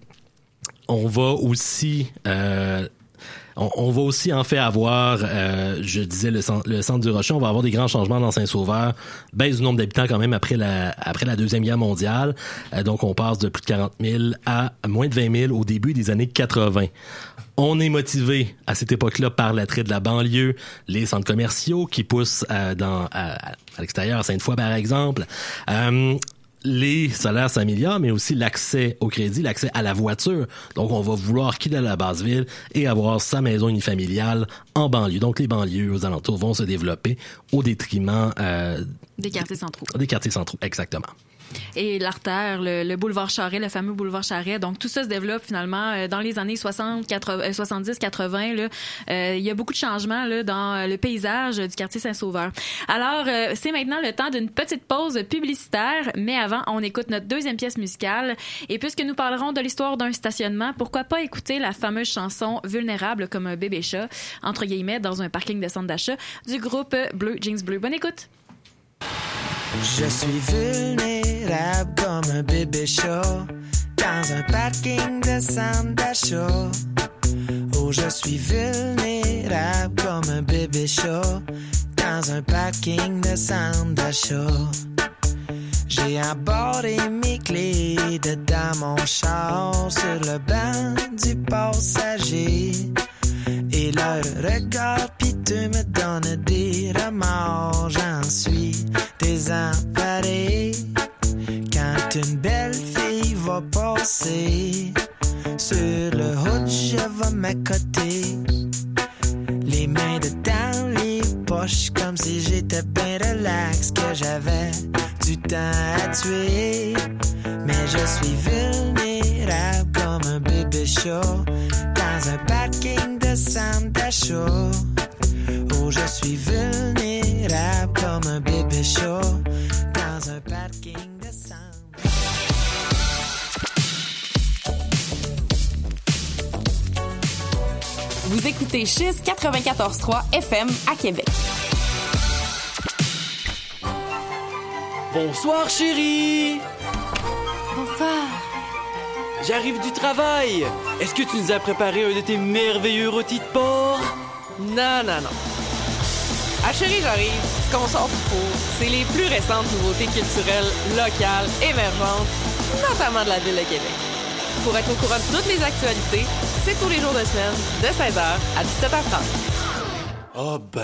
on va aussi... Euh, On, on va aussi en fait avoir, euh, je disais, le centre, le centre du Rocher, on va avoir des grands changements dans Saint-Sauveur, baisse du nombre d'habitants quand même après la après la Deuxième Guerre mondiale. Euh, donc, on passe de plus de quarante mille à moins de vingt mille au début des années quatre-vingt. On est motivé à cette époque-là par l'attrait de la banlieue, les centres commerciaux qui poussent euh, dans à, à l'extérieur, à Sainte-Foy par exemple. Euh, Les salaires s'améliorent, mais aussi l'accès au crédit, l'accès à la voiture. Donc, on va vouloir quitter la basse-ville et avoir sa maison unifamiliale en banlieue. Donc, les banlieues aux alentours vont se développer au détriment euh, des quartiers centraux. Des quartiers centraux, exactement. Et l'artère, le, le boulevard Charret, le fameux boulevard Charret. Donc, tout ça se développe finalement euh, dans les années soixante, quatre-vingts, soixante-dix, quatre-vingts. Là, euh, il y a beaucoup de changements là, dans le paysage du quartier Saint-Sauveur. Alors, euh, c'est maintenant le temps d'une petite pause publicitaire. Mais avant, on écoute notre deuxième pièce musicale. Et puisque nous parlerons de l'histoire d'un stationnement, pourquoi pas écouter la fameuse chanson « Vulnérable comme un bébé chat » entre guillemets dans un parking de centre d'achat du groupe Bleu Jeans Bleu. Bonne écoute! Je suis vulnérable comme un bébé chat dans un parking de centre d'achat. Oh, je suis vulnérable comme un bébé chat dans un parking de centre d'achat. J'ai embarré mes clés dedans mon char sur le banc du passager. Et leur regard piteux me donne des remords, j'en suis désemparé. Quand une belle fille va passer, sur le hood je vais m'accoter. Les mains dedans les poches comme si j'étais ben relax, que j'avais du temps à tuer. Mais je suis vulnérable comme show dans un parking de Santa Show. Oh, je suis vulnérable comme un bébé chaud dans un parking de Santa. Vous écoutez Chiz quatre-vingt-quatorze trois F M à Québec. Bonsoir, chérie! Bonsoir. J'arrive du travail. Est-ce que tu nous as préparé un de tes merveilleux rôtis de porc? Non, non, non. Ah, chérie, j'arrive. Ce qu'on sort du four, c'est les plus récentes nouveautés culturelles, locales, émergentes, notamment de la ville de Québec. Pour être au courant de toutes les actualités, c'est tous les jours de semaine, de seize heures à dix-sept heures trente. Ah ben...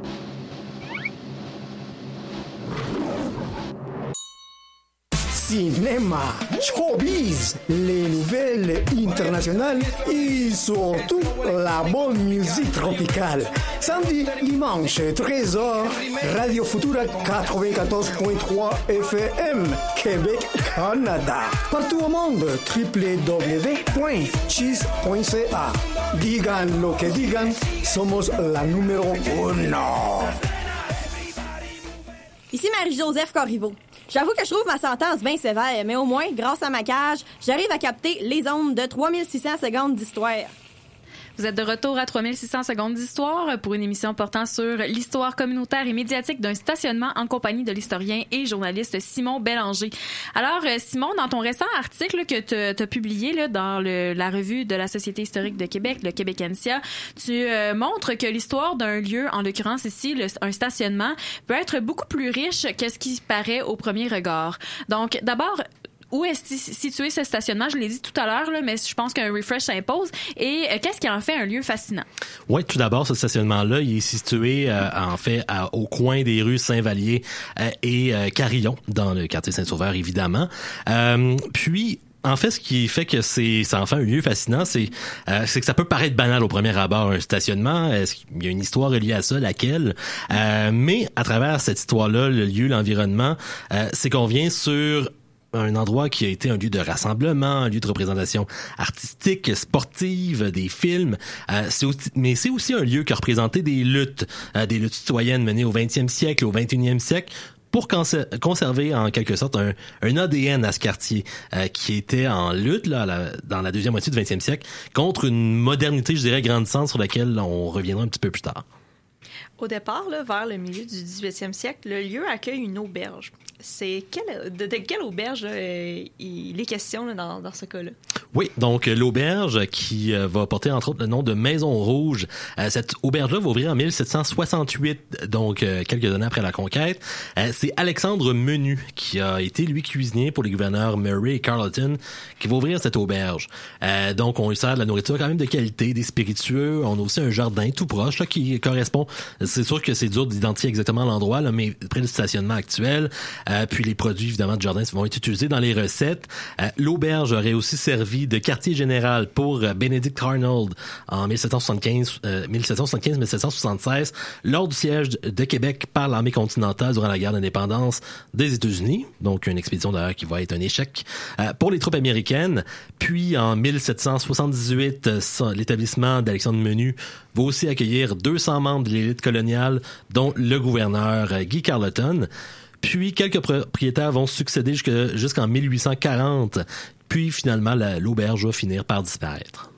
Cinéma, showbiz, les nouvelles internationales et surtout la bonne musique tropicale. Samedi, dimanche, treize heures, Radio Futura quatre-vingt-quatorze point trois F M, Québec, Canada. Partout au monde, w w w point chiz point c a. Digan lo que digan, somos la numéro uno. Ici Marie-Joseph Corriveau. J'avoue que je trouve ma sentence bien sévère, mais au moins, grâce à ma cage, j'arrive à capter les ondes de trois mille six cents secondes d'histoire. Vous êtes de retour à trois mille six cents secondes d'histoire pour une émission portant sur l'histoire communautaire et médiatique d'un stationnement en compagnie de l'historien et journaliste Simon Bélanger. Alors, Simon, dans ton récent article que tu as publié là, dans le, la revue de la Société historique de Québec, le Québécancia, tu euh, montres que l'histoire d'un lieu, en l'occurrence ici, le, un stationnement, peut être beaucoup plus riche que ce qui paraît au premier regard. Donc, d'abord, où est situé ce stationnement? Je l'ai dit tout à l'heure, là, mais je pense qu'un refresh s'impose. Et euh, qu'est-ce qui en fait un lieu fascinant? Oui, tout d'abord, ce stationnement-là, il est situé euh, en fait à, au coin des rues Saint-Vallier euh, et euh, Carillon, dans le quartier Saint-Sauveur, évidemment. Euh, puis, en fait, ce qui fait que c'est ça en fait un lieu fascinant, c'est euh, c'est que ça peut paraître banal au premier abord, un stationnement. Est-ce qu'il y a une histoire reliée à ça, laquelle euh, mais à travers cette histoire-là, le lieu, l'environnement, euh, c'est qu'on vient sur un endroit qui a été un lieu de rassemblement, un lieu de représentation artistique, sportive, des films. Euh, c'est aussi, mais c'est aussi un lieu qui a représenté des luttes, euh, des luttes citoyennes menées au vingtième siècle, au vingt et unième siècle, pour conserver en quelque sorte un, un A D N à ce quartier euh, qui était en lutte là, la, dans la deuxième moitié du vingtième siècle contre une modernité, je dirais, grandissante sur laquelle on reviendra un petit peu plus tard. Au départ, là, vers le milieu du dix-huitième siècle, le lieu accueille une auberge. C'est quelle, de, de quelle auberge là, euh, il est question là, dans, dans ce cas-là? Oui, donc l'auberge qui euh, va porter entre autres le nom de Maison Rouge. Euh, cette auberge-là va ouvrir en mille sept cent soixante-huit, donc euh, quelques années après la conquête. Euh, c'est Alexandre Menu qui a été, lui, cuisinier pour les gouverneurs Murray et Carleton qui va ouvrir cette auberge. Euh, donc, on lui sert de la nourriture quand même de qualité, des spiritueux. On a aussi un jardin tout proche là, qui correspond. C'est sûr que c'est dur d'identifier exactement l'endroit, là, mais près du stationnement actuel. Euh, puis les produits, évidemment, du jardin vont être utilisés dans les recettes. Euh, l'auberge aurait aussi servi de quartier général pour euh, Benedict Arnold en mille sept cent soixante-quinze, euh, mille sept cent soixante-quinze mille sept cent soixante-seize lors du siège de Québec par l'armée continentale durant la guerre d'indépendance des États-Unis. Donc, une expédition d'ailleurs qui va être un échec euh, pour les troupes américaines. Puis, en mille sept cent soixante-dix-huit, euh, l'établissement d'Alexandre Menu va aussi accueillir deux cents membres de l'élite coloniale, dont le gouverneur euh, Guy Carleton. Puis, quelques propriétaires vont succéder jusque, jusqu'en mille huit cent quarante. Puis, finalement, la, l'auberge va finir par disparaître.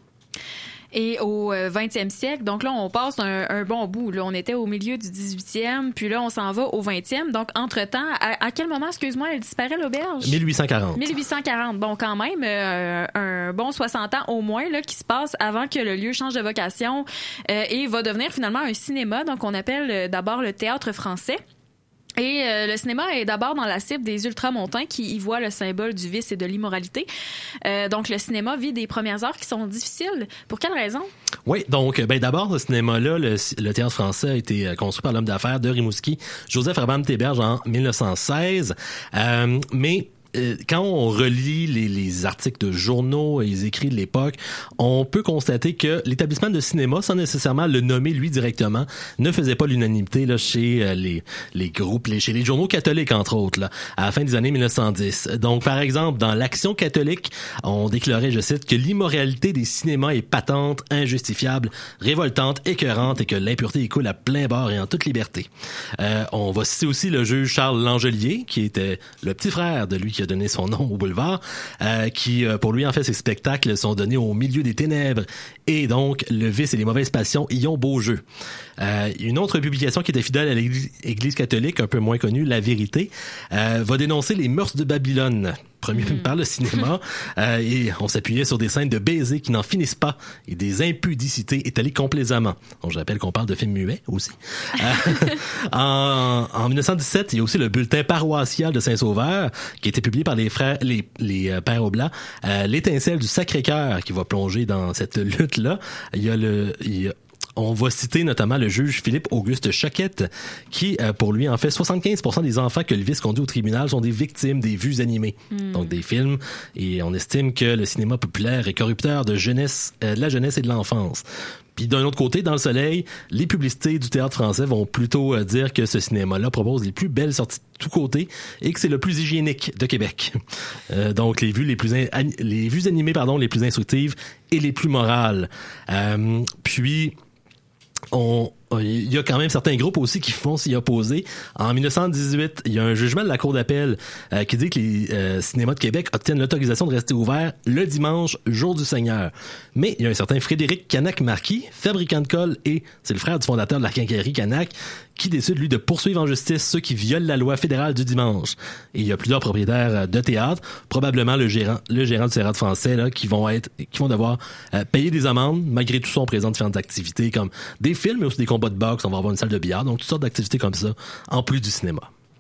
Et au vingtième siècle, donc là, on passe un, un bon bout. Là, on était au milieu du dix-huitième, puis là, on s'en va au vingtième. Donc, entre-temps, à, à quel moment, excuse-moi, elle disparaît, l'auberge? mille huit cent quarante. mille huit cent quarante. Bon, quand même, euh, un bon soixante ans au moins, là, qui se passe avant que le lieu change de vocation euh, et va devenir finalement un cinéma. Donc, on appelle euh, d'abord le Théâtre Français. Et euh, le cinéma est d'abord dans la cible des ultramontains qui y voient le symbole du vice et de l'immoralité. Euh, donc, le cinéma vit des premières heures qui sont difficiles. Pour quelle raison? Oui, donc, ben d'abord, ce cinéma-là, le, le Théâtre Français a été construit par l'homme d'affaires de Rimouski, Joseph Rabam Théberge, en mille neuf cent seize. Euh, mais euh, quand on relit les, les articles de journaux et les écrits de l'époque, on peut constater que l'établissement de cinéma, sans nécessairement le nommer lui directement, ne faisait pas l'unanimité là chez euh, les les groupes, les, chez les journaux catholiques entre autres là, à la fin des années mille neuf cent dix. Donc par exemple, dans l'Action catholique, on déclarait, je cite, que l'immoralité des cinémas est patente, injustifiable, révoltante, écœurante et que l'impureté y coule à plein bord et en toute liberté. Euh, on va citer aussi le juge Charles Langelier, qui était le petit frère de lui qui a donné son nom au boulevard, euh, qui, euh, pour lui, en fait, ses spectacles sont donnés au milieu des ténèbres et donc le vice et les mauvaises passions y ont beau jeu. Euh, une autre publication qui était fidèle à l'Église catholique, un peu moins connue, La Vérité, euh, va dénoncer les mœurs de Babylone, promues mmh. par le cinéma, euh, et on s'appuyait sur des scènes de baisers qui n'en finissent pas et des impudicités étalées complaisamment. Donc, je rappelle qu'on parle de films muets aussi. Euh, en, en mille neuf cent dix-sept, il y a aussi le bulletin paroissial de Saint-Sauveur qui a été publié par les frères, les, les euh, pères Oblats, euh, l'étincelle du Sacré-Cœur qui va plonger dans cette lutte-là. Il y a le, il y a On va citer notamment le juge Philippe-Auguste Choquette, qui, euh, pour lui, en fait, soixante-quinze pour cent des enfants que le vice conduit au tribunal sont des victimes des vues animées, mm. donc des films, et on estime que le cinéma populaire est corrupteur de jeunesse, euh, de la jeunesse et de l'enfance. Puis d'un autre côté, dans Le Soleil, les publicités du théâtre français vont plutôt euh, dire que ce cinéma-là propose les plus belles sorties de tous côtés et que c'est le plus hygiénique de Québec. Euh, donc les vues les plus in- les vues animées pardon les plus instructives et les plus morales. Euh, puis on il y a quand même certains groupes aussi qui vont s'y opposer. En mille neuf cent dix-huit, il y a un jugement de la Cour d'appel euh, qui dit que les euh, cinémas de Québec obtiennent l'autorisation de rester ouverts le dimanche, jour du Seigneur. Mais il y a un certain Frédéric Canac-Marquis, fabricant de colle, et c'est le frère du fondateur de la quincaillerie Canac, qui décide, lui, de poursuivre en justice ceux qui violent la loi fédérale du dimanche. Et il y a plusieurs propriétaires de théâtre, probablement le gérant, le gérant du théâtre français, là, qui vont être, qui vont devoir euh, payer des amendes. Malgré tout ça, on présente différentes activités comme des films, mais aussi des combats de boxe. On va avoir une salle de billard, donc toutes sortes d'activités comme ça, en plus du cinéma.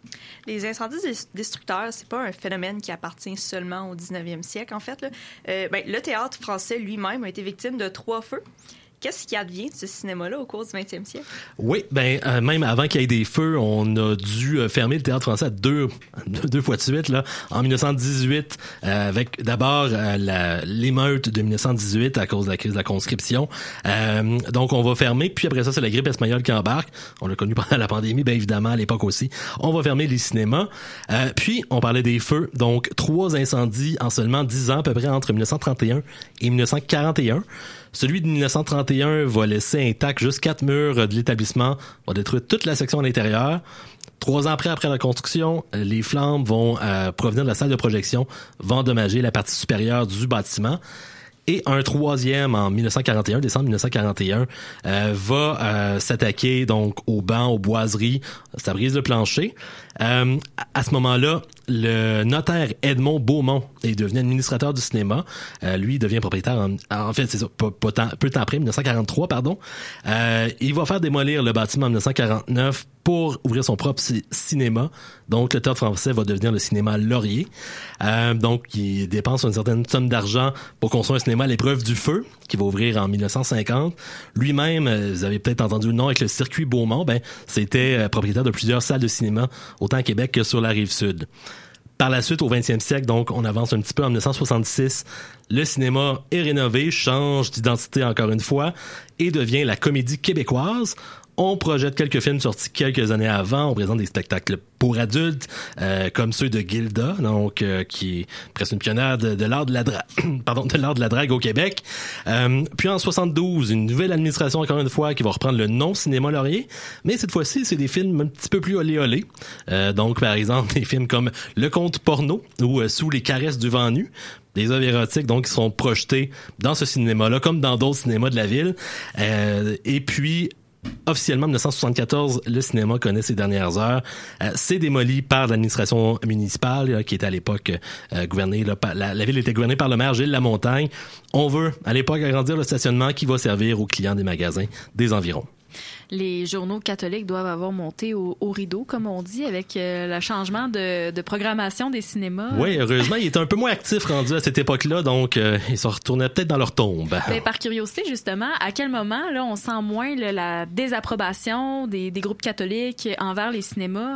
Les incendies destructeurs, c'est pas un phénomène qui appartient seulement au dix-neuvième siècle, en fait. Là. Euh, ben, le théâtre français lui-même a été victime de trois feux. Qu'est-ce qui advient de ce cinéma-là au cours du vingtième siècle? Oui, ben euh, même avant qu'il y ait des feux, on a dû euh, fermer le théâtre français deux, deux fois de suite. Là, en mille neuf cent dix-huit, euh, avec d'abord euh, la, l'émeute de mille neuf cent dix-huit à cause de la crise de la conscription. Euh, donc, on va fermer. Puis après ça, c'est la grippe espagnole qui embarque. On l'a connu pendant la pandémie, bien évidemment, à l'époque aussi. On va fermer les cinémas. Euh, puis, on parlait des feux. Donc, trois incendies en seulement dix ans, à peu près entre mille neuf cent trente et un et mille neuf cent quarante et un. Celui de mille neuf cent trente et un va laisser intact juste quatre murs de l'établissement, va détruire toute la section à l'intérieur. Trois ans après, après la construction, les flammes vont euh, provenir de la salle de projection, vont endommager la partie supérieure du bâtiment. Et un troisième en mille neuf cent quarante et un, décembre mille neuf cent quarante et un, euh, va euh, s'attaquer donc aux bancs, aux boiseries, ça brise le plancher. Euh, à ce moment-là, le notaire Edmond Beaumont est devenu administrateur du cinéma. Euh, lui, il devient propriétaire, en, en fait, c'est ça, pas, pas tant, peu de temps après, mille neuf cent quarante-trois, pardon. Euh, il va faire démolir le bâtiment en mille neuf cent quarante-neuf pour ouvrir son propre c- cinéma. Donc, le théâtre français va devenir le cinéma Laurier. Euh, donc, il dépense une certaine somme d'argent pour construire un cinéma à l'épreuve du feu, qui va ouvrir en mille neuf cent cinquante. Lui-même, vous avez peut-être entendu le nom avec le circuit Beaumont, ben, c'était euh, propriétaire de plusieurs salles de cinéma, autant à Québec que sur la Rive-Sud. Par la suite, au vingtième siècle, donc, on avance un petit peu en mille neuf cent soixante-six. Le cinéma est rénové, change d'identité encore une fois et devient la Comédie québécoise. On projette quelques films sortis quelques années avant. On présente des spectacles pour adultes, euh, comme ceux de Gilda, donc euh, qui est presque une pionnière de, de l'art de la drague, pardon, de l'art de la drague au Québec. Euh, puis en soixante-douze, une nouvelle administration encore une fois qui va reprendre le nom Cinéma Laurier, mais cette fois-ci, c'est des films un petit peu plus olé olé. Euh, donc par exemple des films comme Le Conte porno ou euh, Sous les caresses du vent nu. Des œuvres érotiques donc qui sont projetées dans ce cinéma-là, comme dans d'autres cinémas de la ville. Euh, et puis officiellement, en mille neuf cent soixante-quatorze, le cinéma connaît ses dernières heures. Euh, c'est démoli par l'administration municipale là, qui était à l'époque euh, gouvernée. Là, par, la, la ville était gouvernée par le maire Gilles Lamontagne. On veut, à l'époque, agrandir le stationnement qui va servir aux clients des magasins des environs. Les journaux catholiques doivent avoir monté au, au rideau, comme on dit, avec euh, le changement de, de programmation des cinémas. Oui, heureusement, ils étaient un peu moins actifs rendus à cette époque-là, donc euh, ils se retournaient peut-être dans leur tombe. Ben, par curiosité, justement, à quel moment là, on sent moins là, la désapprobation des, des groupes catholiques envers les cinémas?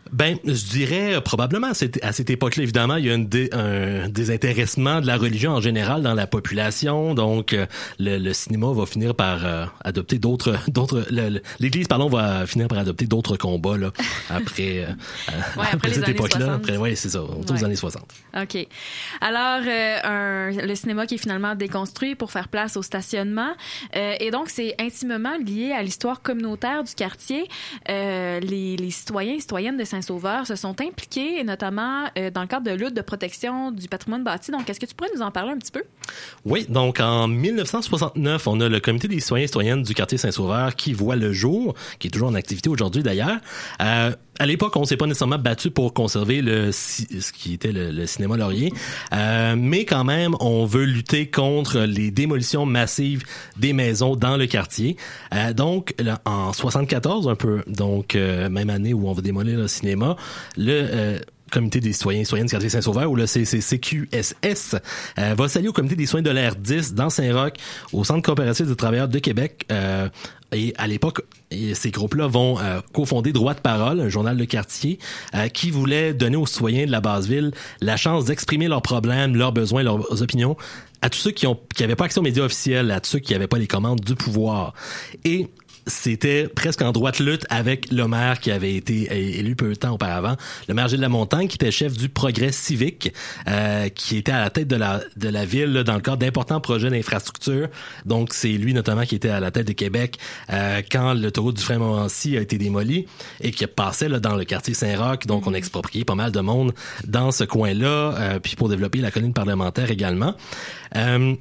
Ben, je dirais euh, probablement à cette, à cette époque-là, évidemment, il y a une dé, un désintéressement de la religion en général dans la population. Donc, euh, le, le cinéma va finir par euh, adopter d'autres, d'autres. Le, le, L'Église, pardon, va finir par adopter d'autres combats là après, euh, ouais, après, après cette époque-là. Après, ouais, c'est ça, autour ouais. des années soixante. Ok. Alors, euh, un, le cinéma qui est finalement déconstruit pour faire place au stationnement, euh, et donc c'est intimement lié à l'histoire communautaire du quartier. Euh, les, les citoyens et citoyennes de Saint-Sauveur se sont impliqués, notamment euh, dans le cadre de lutte de protection du patrimoine bâti. Donc, est-ce que tu pourrais nous en parler un petit peu? Oui, donc en dix-neuf cent soixante-neuf, on a le comité des citoyens et citoyennes du quartier Saint-Sauveur qui voit le jour, qui est toujours en activité aujourd'hui d'ailleurs. Euh, à l'époque, on s'est pas nécessairement battu pour conserver le ce qui était le, le cinéma Laurier, euh, mais quand même, on veut lutter contre les démolitions massives des maisons dans le quartier. Euh, donc, là, en soixante-quatorze, un peu, donc euh, même année où on veut démolir le cinéma, le euh, Comité des citoyens et citoyennes du quartier Saint-Sauveur, ou le C C Q S S, euh, va s'allier au Comité des soins de l'air dix dans Saint-Roch, au Centre coopératif des travailleurs de Québec. Euh, et à l'époque, ces groupes-là vont euh, cofonder Droit de parole, un journal de quartier, euh, qui voulait donner aux citoyens de la basse-ville la chance d'exprimer leurs problèmes, leurs besoins, leurs opinions, à tous ceux qui ont qui n'avaient pas accès aux médias officiels, à tous ceux qui n'avaient pas les commandes du pouvoir. Et c'était presque en droite lutte avec le maire qui avait été élu peu de temps auparavant, le maire Gilles Lamontagne, qui était chef du Progrès civique, euh, qui était à la tête de la de la ville là, dans le cadre d'importants projets d'infrastructure. Donc c'est lui notamment qui était à la tête de Québec euh, quand l'autoroute du Frein-Montmorency a été démolie et qui passait là dans le quartier Saint-Roch. Donc on a exproprié pas mal de monde dans ce coin-là, euh, puis pour développer la colline parlementaire également. Euh,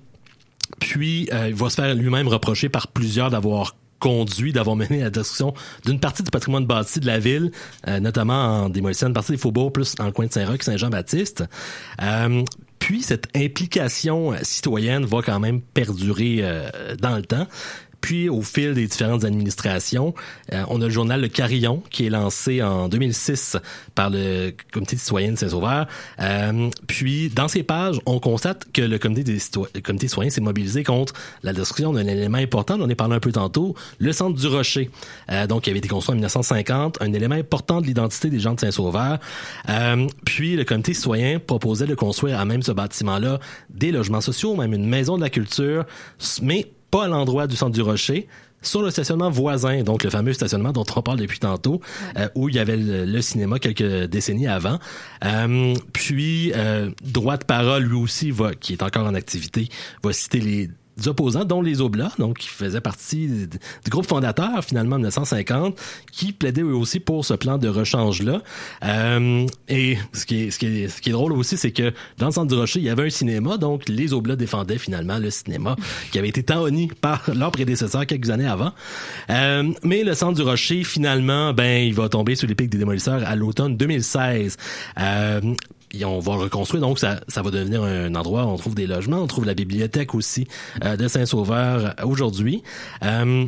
puis euh, il va se faire lui-même reprocher par plusieurs d'avoir conduit, d'avoir mené à la destruction d'une partie du patrimoine bâti de la ville, euh, notamment en démolissant une partie des faubourgs, plus dans le coin de Saint-Roch, Saint-Jean-Baptiste. Euh, puis cette implication citoyenne va quand même perdurer euh, dans le temps. Puis, au fil des différentes administrations, euh, on a le journal Le Carillon qui est lancé en deux mille six par le Comité des citoyens de Saint-Sauveur. Euh, puis, dans ces pages, on constate que le Comité des citoyens, le Comité des citoyens s'est mobilisé contre la destruction d'un élément important, on en a parlé un peu tantôt, le Centre du Rocher. Euh, donc, qui avait été construit en dix-neuf cent cinquante, un élément important de l'identité des gens de Saint-Sauveur. Euh, puis, le Comité citoyen proposait de construire à même ce bâtiment-là des logements sociaux, même une maison de la culture, mais pas à l'endroit du Centre du Rocher, sur le stationnement voisin, donc le fameux stationnement dont on parle depuis tantôt, ouais. euh, où il y avait le, le cinéma quelques décennies avant. Euh, puis, euh, Droit de parole, lui aussi, va, qui est encore en activité, va citer les opposants, dont les Oblats, donc qui faisaient partie du groupe fondateur, finalement, en dix-neuf cent cinquante, qui plaidaient eux aussi pour ce plan de rechange-là. Euh, et ce qui, est, ce, qui est, ce qui est drôle aussi, c'est que dans le Centre du Rocher, il y avait un cinéma, donc les Oblats défendaient finalement le cinéma qui avait été tant honni par leurs prédécesseurs quelques années avant. Euh, mais le Centre du Rocher, finalement, ben, il va tomber sous les pics des démolisseurs à l'automne deux mille seize. Euh, Et on va reconstruire, donc ça, ça va devenir un endroit où on trouve des logements, on trouve la bibliothèque aussi euh, de Saint-Sauveur aujourd'hui. Euh,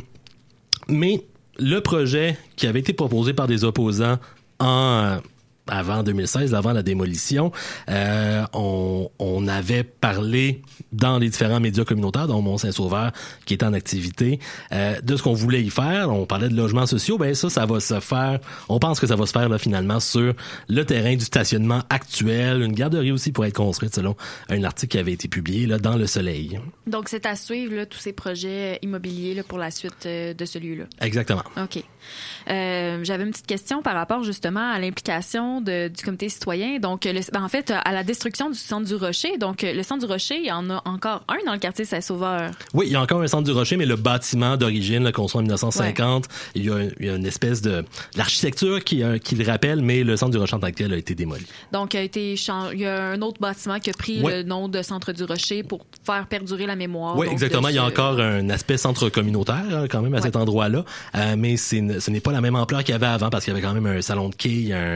mais le projet qui avait été proposé par des opposants en avant deux mille seize, avant la démolition, euh, on, on avait parlé dans les différents médias communautaires, dont Mont-Saint-Sauveur, qui est en activité, euh, de ce qu'on voulait y faire. On parlait de logements sociaux. Ben ça, ça va se faire. On pense que ça va se faire là finalement sur le terrain du stationnement actuel. Une garderie aussi pourrait être construite selon un article qui avait été publié là dans Le Soleil. Donc c'est à suivre là, tous ces projets immobiliers là, pour la suite euh, de ce lieu-là. Exactement. Ok. Euh, j'avais une petite question par rapport justement à l'implication De, du comité citoyen. Donc, le, ben, en fait, à la destruction du Centre du Rocher. Donc, le Centre du Rocher, il y en a encore un dans le quartier Saint-Sauveur. Oui, il y a encore un Centre du Rocher, mais le bâtiment d'origine, là, construit en dix-neuf cent cinquante, ouais. il, y a, il y a une espèce de l'architecture qui, qui le rappelle, mais le Centre du Rocher en tant que tel a été démoli. Donc, il, a été, il y a un autre bâtiment qui a pris ouais. le nom de Centre du Rocher pour faire perdurer la mémoire. Oui, exactement. Il y a ce... encore un aspect centre communautaire hein, quand même à ouais. cet endroit-là, euh, mais c'est, ce n'est pas la même ampleur qu'il y avait avant parce qu'il y avait quand même un salon de quai, une salle de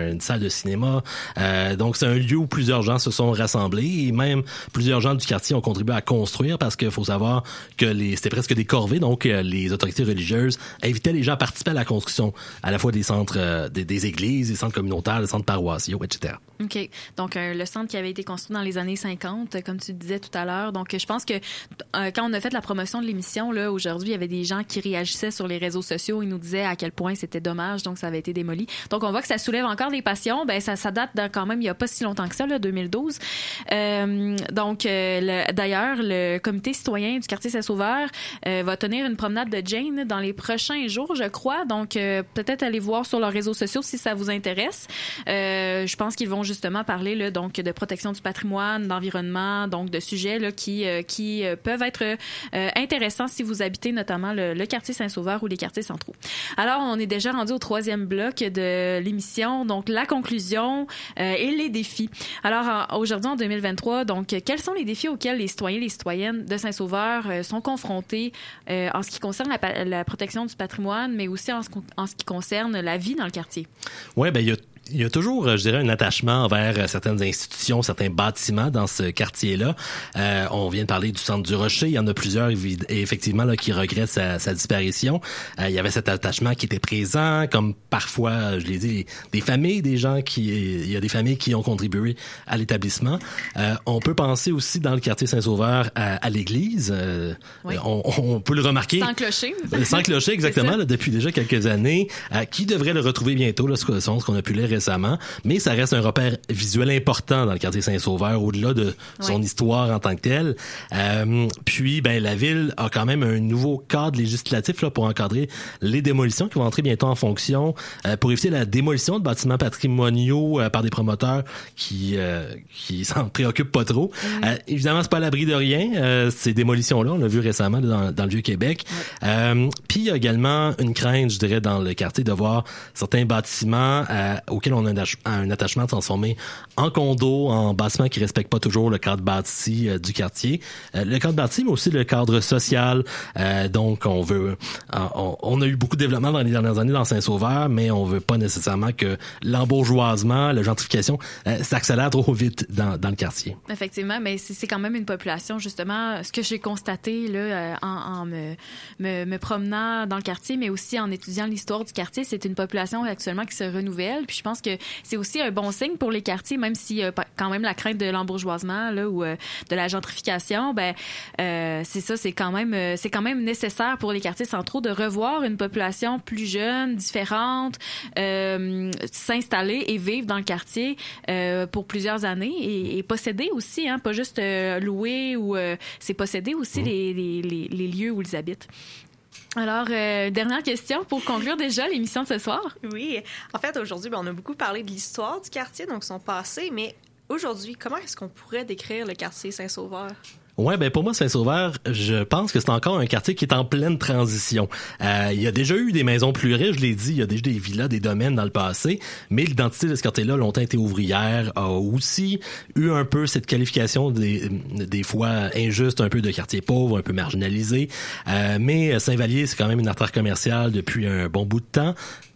de cinéma. Euh, donc, c'est un lieu où plusieurs gens se sont rassemblés et même plusieurs gens du quartier ont contribué à construire parce qu'il faut savoir que les, c'était presque des corvées. Donc, euh, les autorités religieuses invitaient les gens à participer à la construction à la fois des centres, euh, des, des églises, des centres communautaires, des centres paroissiaux, et cetera. OK. Donc, euh, le centre qui avait été construit dans les années cinquante, comme tu disais tout à l'heure. Donc, je pense que euh, quand on a fait la promotion de l'émission, là, aujourd'hui, il y avait des gens qui réagissaient sur les réseaux sociaux. Ils nous disaient à quel point c'était dommage, donc ça avait été démoli. Donc, on voit que ça soulève encore des passions. Ben, ça, ça date de, quand même, il n'y a pas si longtemps que ça, là, deux mille douze. Euh, donc, euh, le, d'ailleurs, le comité citoyen du quartier Saint-Sauveur euh, va tenir une promenade de Jane dans les prochains jours, je crois. Donc, euh, peut-être aller voir sur leurs réseaux sociaux si ça vous intéresse. Euh, je pense qu'ils vont justement parler là, donc de protection du patrimoine, d'environnement, donc de sujets là, qui euh, qui euh, peuvent être euh, intéressants si vous habitez notamment le, le quartier Saint-Sauveur ou les quartiers centraux. Alors, on est déjà rendu au troisième bloc de l'émission, donc la conclusion euh, et les défis. Alors, en, aujourd'hui, en deux mille vingt-trois, donc quels sont les défis auxquels les citoyens et les citoyennes de Saint-Sauveur euh, sont confrontés euh, en ce qui concerne la, la protection du patrimoine, mais aussi en ce, en ce qui concerne la vie dans le quartier? Oui, bien, il y a Il y a toujours, je dirais, un attachement envers certaines institutions, certains bâtiments dans ce quartier-là. Euh, on vient de parler du Centre du Rocher. Il y en a plusieurs, effectivement, là, qui regrettent sa, sa disparition. Euh, il y avait cet attachement qui était présent, comme parfois, je l'ai dit, des familles, des gens qui... Il y a des familles qui ont contribué à l'établissement. Euh, on peut penser aussi, dans le quartier Saint-Sauveur, à, à l'église. Euh, oui. on, on peut le remarquer. Sans clocher. Sans clocher, exactement, là, depuis déjà quelques années. Euh, qui devrait le retrouver bientôt, là, ce qu'on a pu lire récemment, mais ça reste un repère visuel important dans le quartier Saint-Sauveur, au-delà de son oui. histoire en tant que telle. Euh, puis, ben, la ville a quand même un nouveau cadre législatif là, pour encadrer les démolitions qui vont entrer bientôt en fonction euh, pour éviter la démolition de bâtiments patrimoniaux euh, par des promoteurs qui euh, qui s'en préoccupent pas trop. Mm. Euh, évidemment, c'est pas à l'abri de rien, euh, ces démolitions-là, on l'a vu récemment dans, dans le Vieux-Québec. Mm. Euh, puis, il y a également une crainte, je dirais, dans le quartier de voir certains bâtiments euh, auxquels on a un, un attachement transformé en condo, en bâtiment qui respecte pas toujours le cadre bâti euh, du quartier. Euh, le cadre bâti, mais aussi le cadre social. Euh, donc, on veut... On, on a eu beaucoup de développement dans les dernières années dans Saint-Sauveur, mais on veut pas nécessairement que l'embourgeoisement, la gentrification euh, s'accélère trop vite dans, dans le quartier. Effectivement, mais c'est, c'est quand même une population, justement, ce que j'ai constaté là, euh, en, en me, me, me promenant dans le quartier, mais aussi en étudiant l'histoire du quartier, c'est une population actuellement qui se renouvelle. Puis je pense que c'est aussi un bon signe pour les quartiers, même s'il y a quand même la crainte de l'embourgeoisement là, ou euh, de la gentrification. Ben, euh, c'est ça, c'est quand même, euh, c'est quand même nécessaire pour les quartiers centraux de revoir une population plus jeune, différente, euh, s'installer et vivre dans le quartier euh, pour plusieurs années et, et posséder aussi, hein, pas juste euh, louer ou euh, c'est posséder aussi mmh. les, les, les, les lieux où ils habitent. Alors, euh, dernière question pour conclure déjà l'émission de ce soir. Oui. En fait, aujourd'hui, ben, on a beaucoup parlé de l'histoire du quartier, donc son passé, mais aujourd'hui, comment est-ce qu'on pourrait décrire le quartier Saint-Sauveur? Ouais, ben pour moi Saint-Sauveur, je pense que c'est encore un quartier qui est en pleine transition. Euh, il y a déjà eu des maisons plus riches, je l'ai dit, il y a déjà des villas, des domaines dans le passé, mais l'identité de ce quartier-là, longtemps été ouvrière, a aussi eu un peu cette qualification des, des fois injuste, un peu de quartier pauvre, un peu marginalisé. Euh, mais Saint-Vallier, c'est quand même une artère commerciale depuis un bon bout de temps.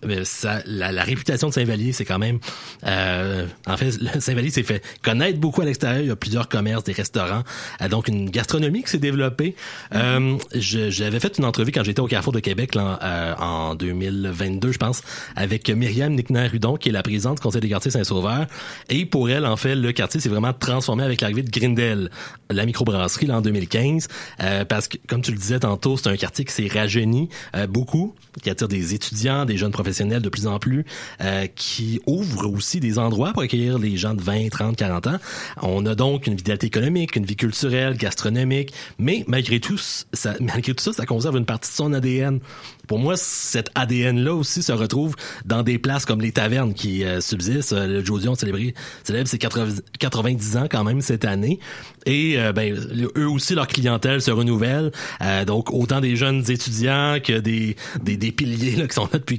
Ça, la, la réputation de Saint-Vallier, c'est quand même... Euh, en fait, Saint-Vallier s'est fait connaître beaucoup à l'extérieur. Il y a plusieurs commerces, des restaurants. Euh, donc, une gastronomie qui s'est développée. Mm-hmm. Euh, je, j'avais fait une entrevue quand j'étais au Carrefour de Québec là, euh, en deux mille vingt-deux, je pense, avec Myriam Nickner-Rudon, qui est la présidente du Conseil des quartiers Saint-Sauveur. Et pour elle, en fait, le quartier s'est vraiment transformé avec l'arrivée de Grindel, la microbrasserie, là, en deux mille quinze. Euh, parce que, comme tu le disais tantôt, c'est un quartier qui s'est rajeuni euh, beaucoup, qui attire des étudiants, des jeunes professionnels de plus en plus, euh, qui ouvre aussi des endroits pour accueillir les gens de vingt, trente, quarante ans. On a donc une vitalité économique, une vie culturelle, gastronomique, mais malgré tout, ça, malgré tout ça, ça conserve une partie de son A D N. Pour moi, cet A D N-là aussi se retrouve dans des places comme les tavernes qui euh, subsistent. Euh, le Jodion célébré, célèbre ses quatre-vingt-dix ans quand même cette année. Et euh, ben eux aussi, leur clientèle se renouvelle. Euh, donc, autant des jeunes étudiants que des, des, des piliers là, qui sont là depuis quelques années.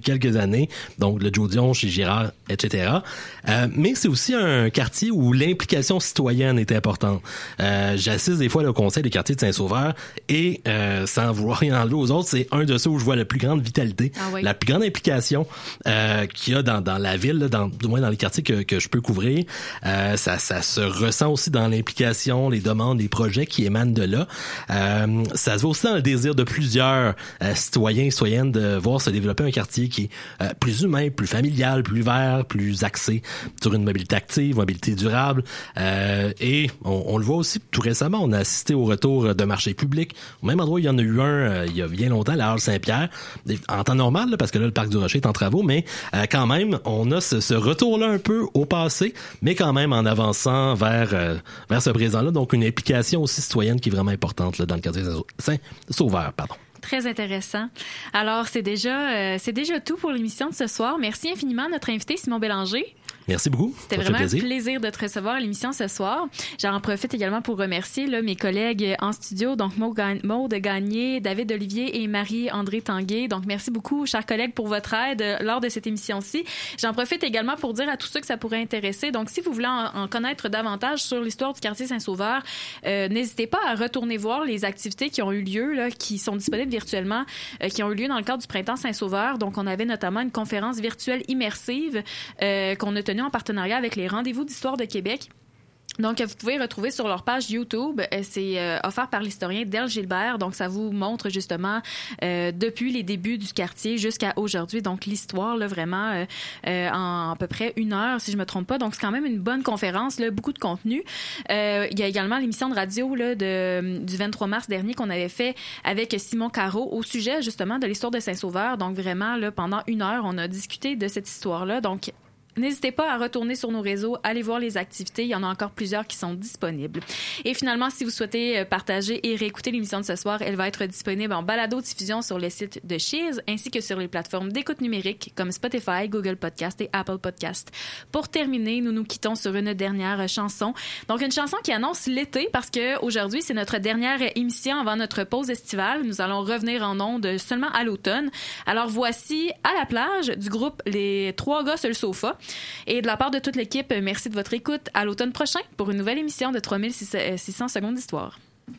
années, donc le Joe Dion chez Girard, et cetera. Euh, mais c'est aussi un quartier où l'implication citoyenne est importante. Euh, j'assiste des fois au conseil des quartiers de Saint-Sauveur et euh, sans vouloir rien enlever aux autres, c'est un de ceux où je vois la plus grande vitalité, ah oui. la plus grande implication euh, qu'il y a dans, dans la ville, là, dans, du moins dans les quartiers que, que je peux couvrir. Euh, ça, ça se ressent aussi dans l'implication, les demandes, les projets qui émanent de là. Euh, ça se voit aussi dans le désir de plusieurs euh, citoyens et citoyennes de voir se développer un quartier qui est euh, plus humain, plus familial, plus vert, plus axé sur une mobilité active, mobilité durable. Euh, et on, on le voit aussi tout récemment, on a assisté au retour de marchés publics. Au même endroit, il y en a eu un euh, il y a bien longtemps, la Halle Saint-Pierre, en temps normal, là, parce que là, le Parc du Rocher est en travaux, mais euh, quand même, on a ce, ce retour-là un peu au passé, mais quand même en avançant vers, euh, vers ce présent-là. Donc, une implication aussi citoyenne qui est vraiment importante là, dans le quartier Saint-Sauveur. Pardon. Très intéressant. Alors, c'est déjà, euh, c'est déjà tout pour l'émission de ce soir. Merci infiniment à notre invité Simon Bélanger. Merci beaucoup. C'était vraiment un plaisir de te recevoir à l'émission ce soir. J'en profite également pour remercier là, mes collègues en studio, donc Maude Gagné, David Olivier et Marie-André Tanguay. Donc, merci beaucoup, chers collègues, pour votre aide lors de cette émission-ci. J'en profite également pour dire à tous ceux que ça pourrait intéresser. Donc, si vous voulez en, en connaître davantage sur l'histoire du quartier Saint-Sauveur, euh, n'hésitez pas à retourner voir les activités qui ont eu lieu, là, qui sont disponibles virtuellement, euh, qui ont eu lieu dans le cadre du Printemps Saint-Sauveur. Donc, on avait notamment une conférence virtuelle immersive euh, qu'on a tenue en partenariat avec les Rendez-vous d'Histoire de Québec. Donc, vous pouvez retrouver sur leur page YouTube. C'est euh, offert par l'historien Del Gilbert. Donc, ça vous montre justement euh, depuis les débuts du quartier jusqu'à aujourd'hui. Donc, l'histoire, là, vraiment, euh, euh, en à peu près une heure, si je me trompe pas. Donc, c'est quand même une bonne conférence, là, beaucoup de contenu. Euh, il y a également l'émission de radio là, de, du vingt-trois mars dernier qu'on avait fait avec Simon Caro au sujet, justement, de l'histoire de Saint-Sauveur. Donc, vraiment, là, pendant une heure, on a discuté de cette histoire-là. Donc, n'hésitez pas à retourner sur nos réseaux, aller voir les activités. Il y en a encore plusieurs qui sont disponibles. Et finalement, si vous souhaitez partager et réécouter l'émission de ce soir, elle va être disponible en balado-diffusion sur le site de Cheers ainsi que sur les plateformes d'écoute numérique comme Spotify, Google Podcast et Apple Podcast. Pour terminer, nous nous quittons sur une dernière chanson. Donc, une chanson qui annonce l'été parce que aujourd'hui, c'est notre dernière émission avant notre pause estivale. Nous allons revenir en ondes seulement à l'automne. Alors, voici À la plage du groupe Les Trois gars sur le sofa. Et de la part de toute l'équipe, merci de votre écoute. À l'automne prochain pour une nouvelle émission de trois mille six cents secondes d'histoire.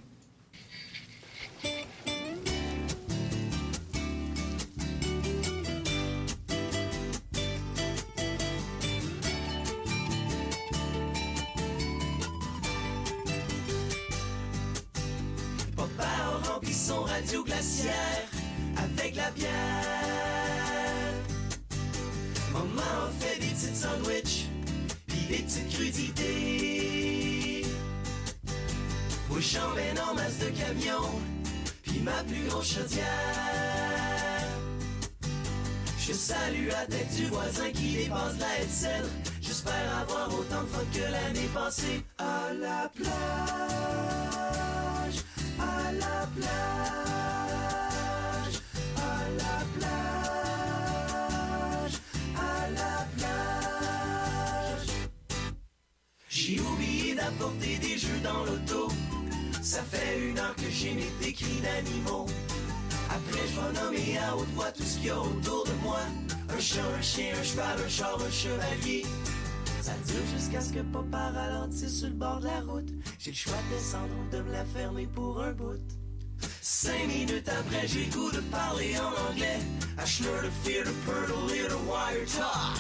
Papa a rempli son radio glaciaire avec la bière. Maman a fait des petites sandwichs, pis des petites crudités. Moi j'emmène en masse de camions, pis ma plus grosse chaudière. Je salue la tête du voisin qui dépasse la haie de cèdre. J'espère avoir autant de fun que l'année passée. À la plage, à la plage, à la plage, à la plage. J'ai oublié d'apporter des jeux dans l'auto. Ça fait une heure que j'ai mes décrits d'animaux. Après je vais nommer à haute voix tout ce qu'il y a autour de moi. Un chat, un chien, un cheval, un char, un chevalier. Ça dure jusqu'à ce que papa ralentisse sur le bord de la route. J'ai le choix de descendre ou de me la fermer pour un bout. Cinq minutes après j'ai le goût de parler en anglais. I snore to fear to purtle, hear the wire talk.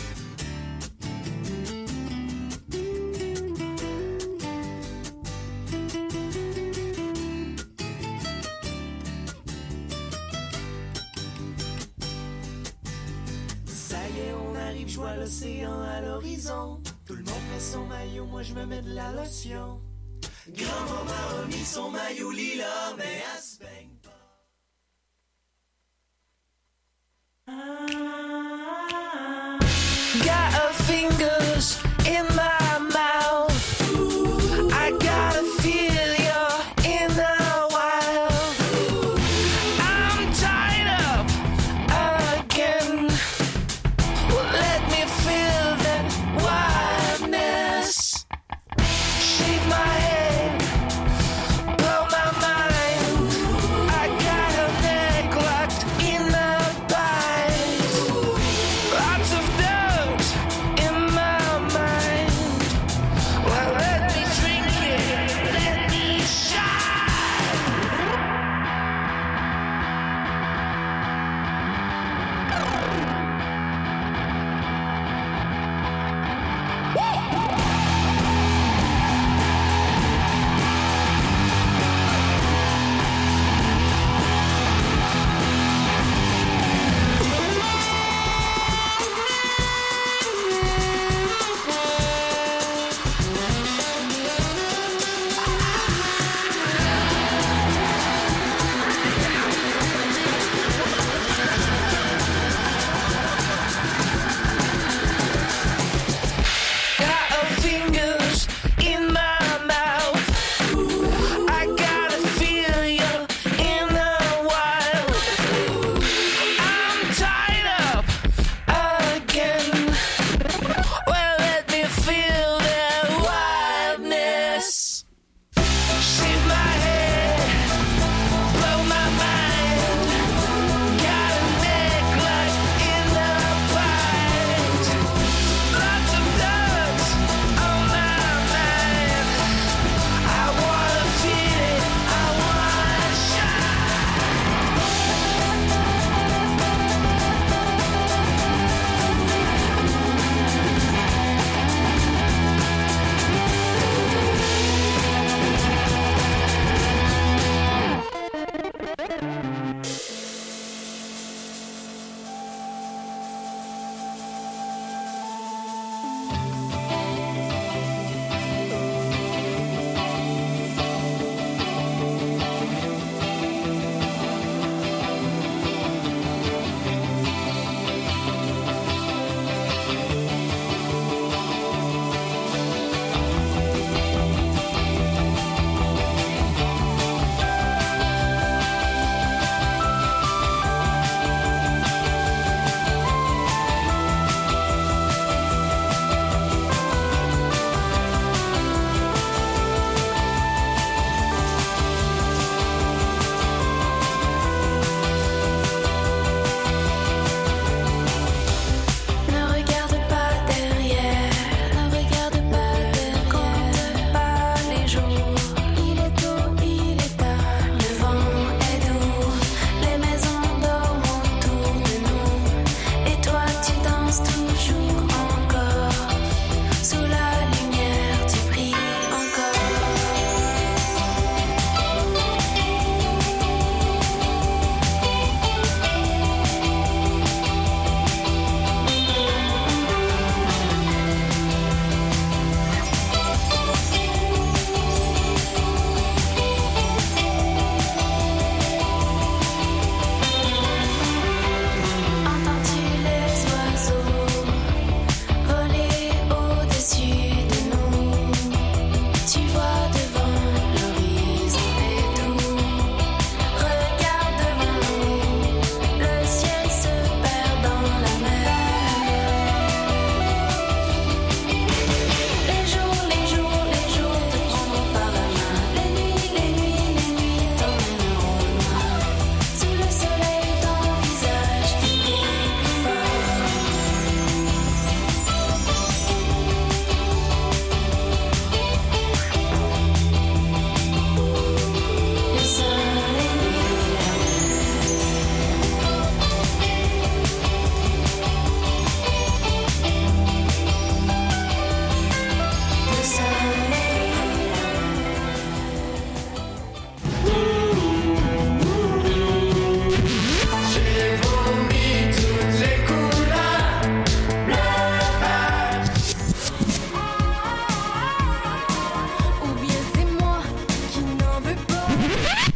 Je vois l'océan à l'horizon. Tout le monde met son maillot, moi je me mets de la lotion. Grand-maman a mis son maillot lila, mais elle se baigne pas. Got her fingers in my mouth. I gotta feel your inner wild. I'm tied up again. Let me feel that wildness. Shake my head, blow my mind. I got a neck locked in a bind.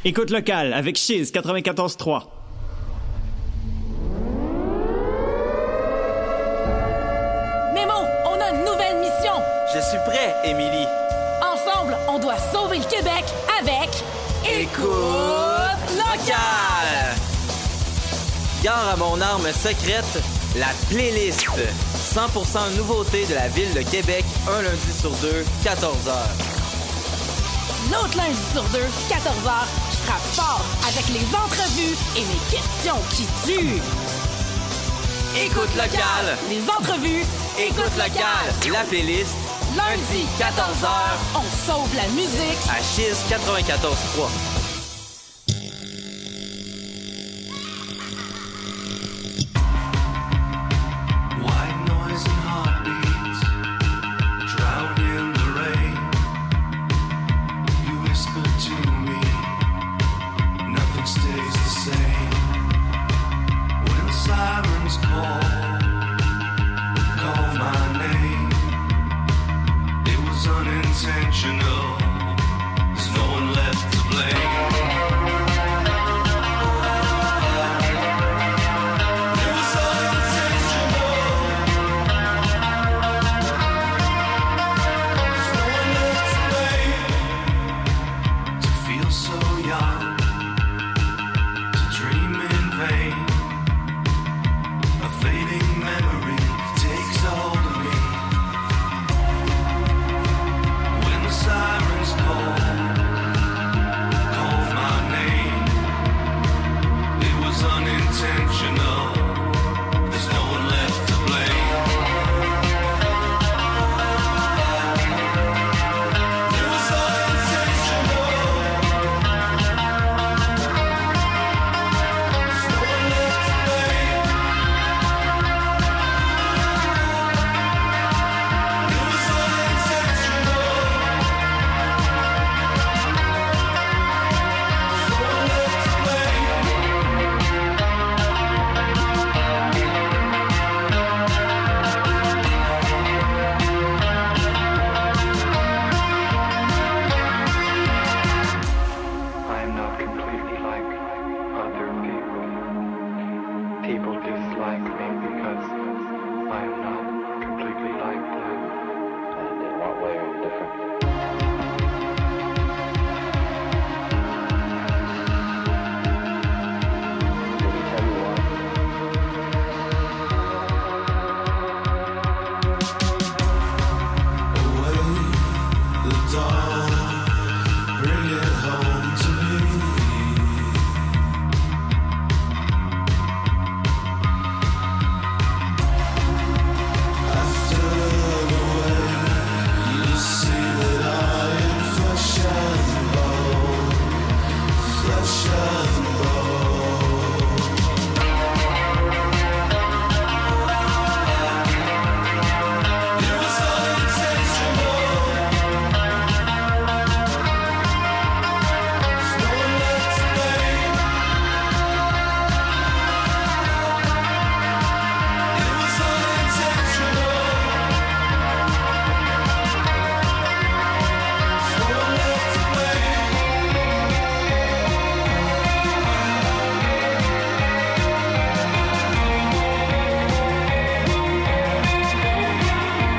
Écoute locale avec Chiz quatre-vingt-quatorze trois. Mémo, on a une nouvelle mission. Je suis prêt, Émilie. Ensemble, on doit sauver le Québec avec... Écoute locale! Gare à mon arme secrète, la playlist. cent pour cent nouveauté de la ville de Québec, un lundi sur deux, quatorze heures. L'autre lundi sur deux, quatorze heures, je frappe fort avec les entrevues et mes questions qui tuent. Écoute locale! Les entrevues. Écoute locale! La playlist. Lundi, quatorze heures, on sauve la musique. À Chiz quatre-vingt-quatorze trois.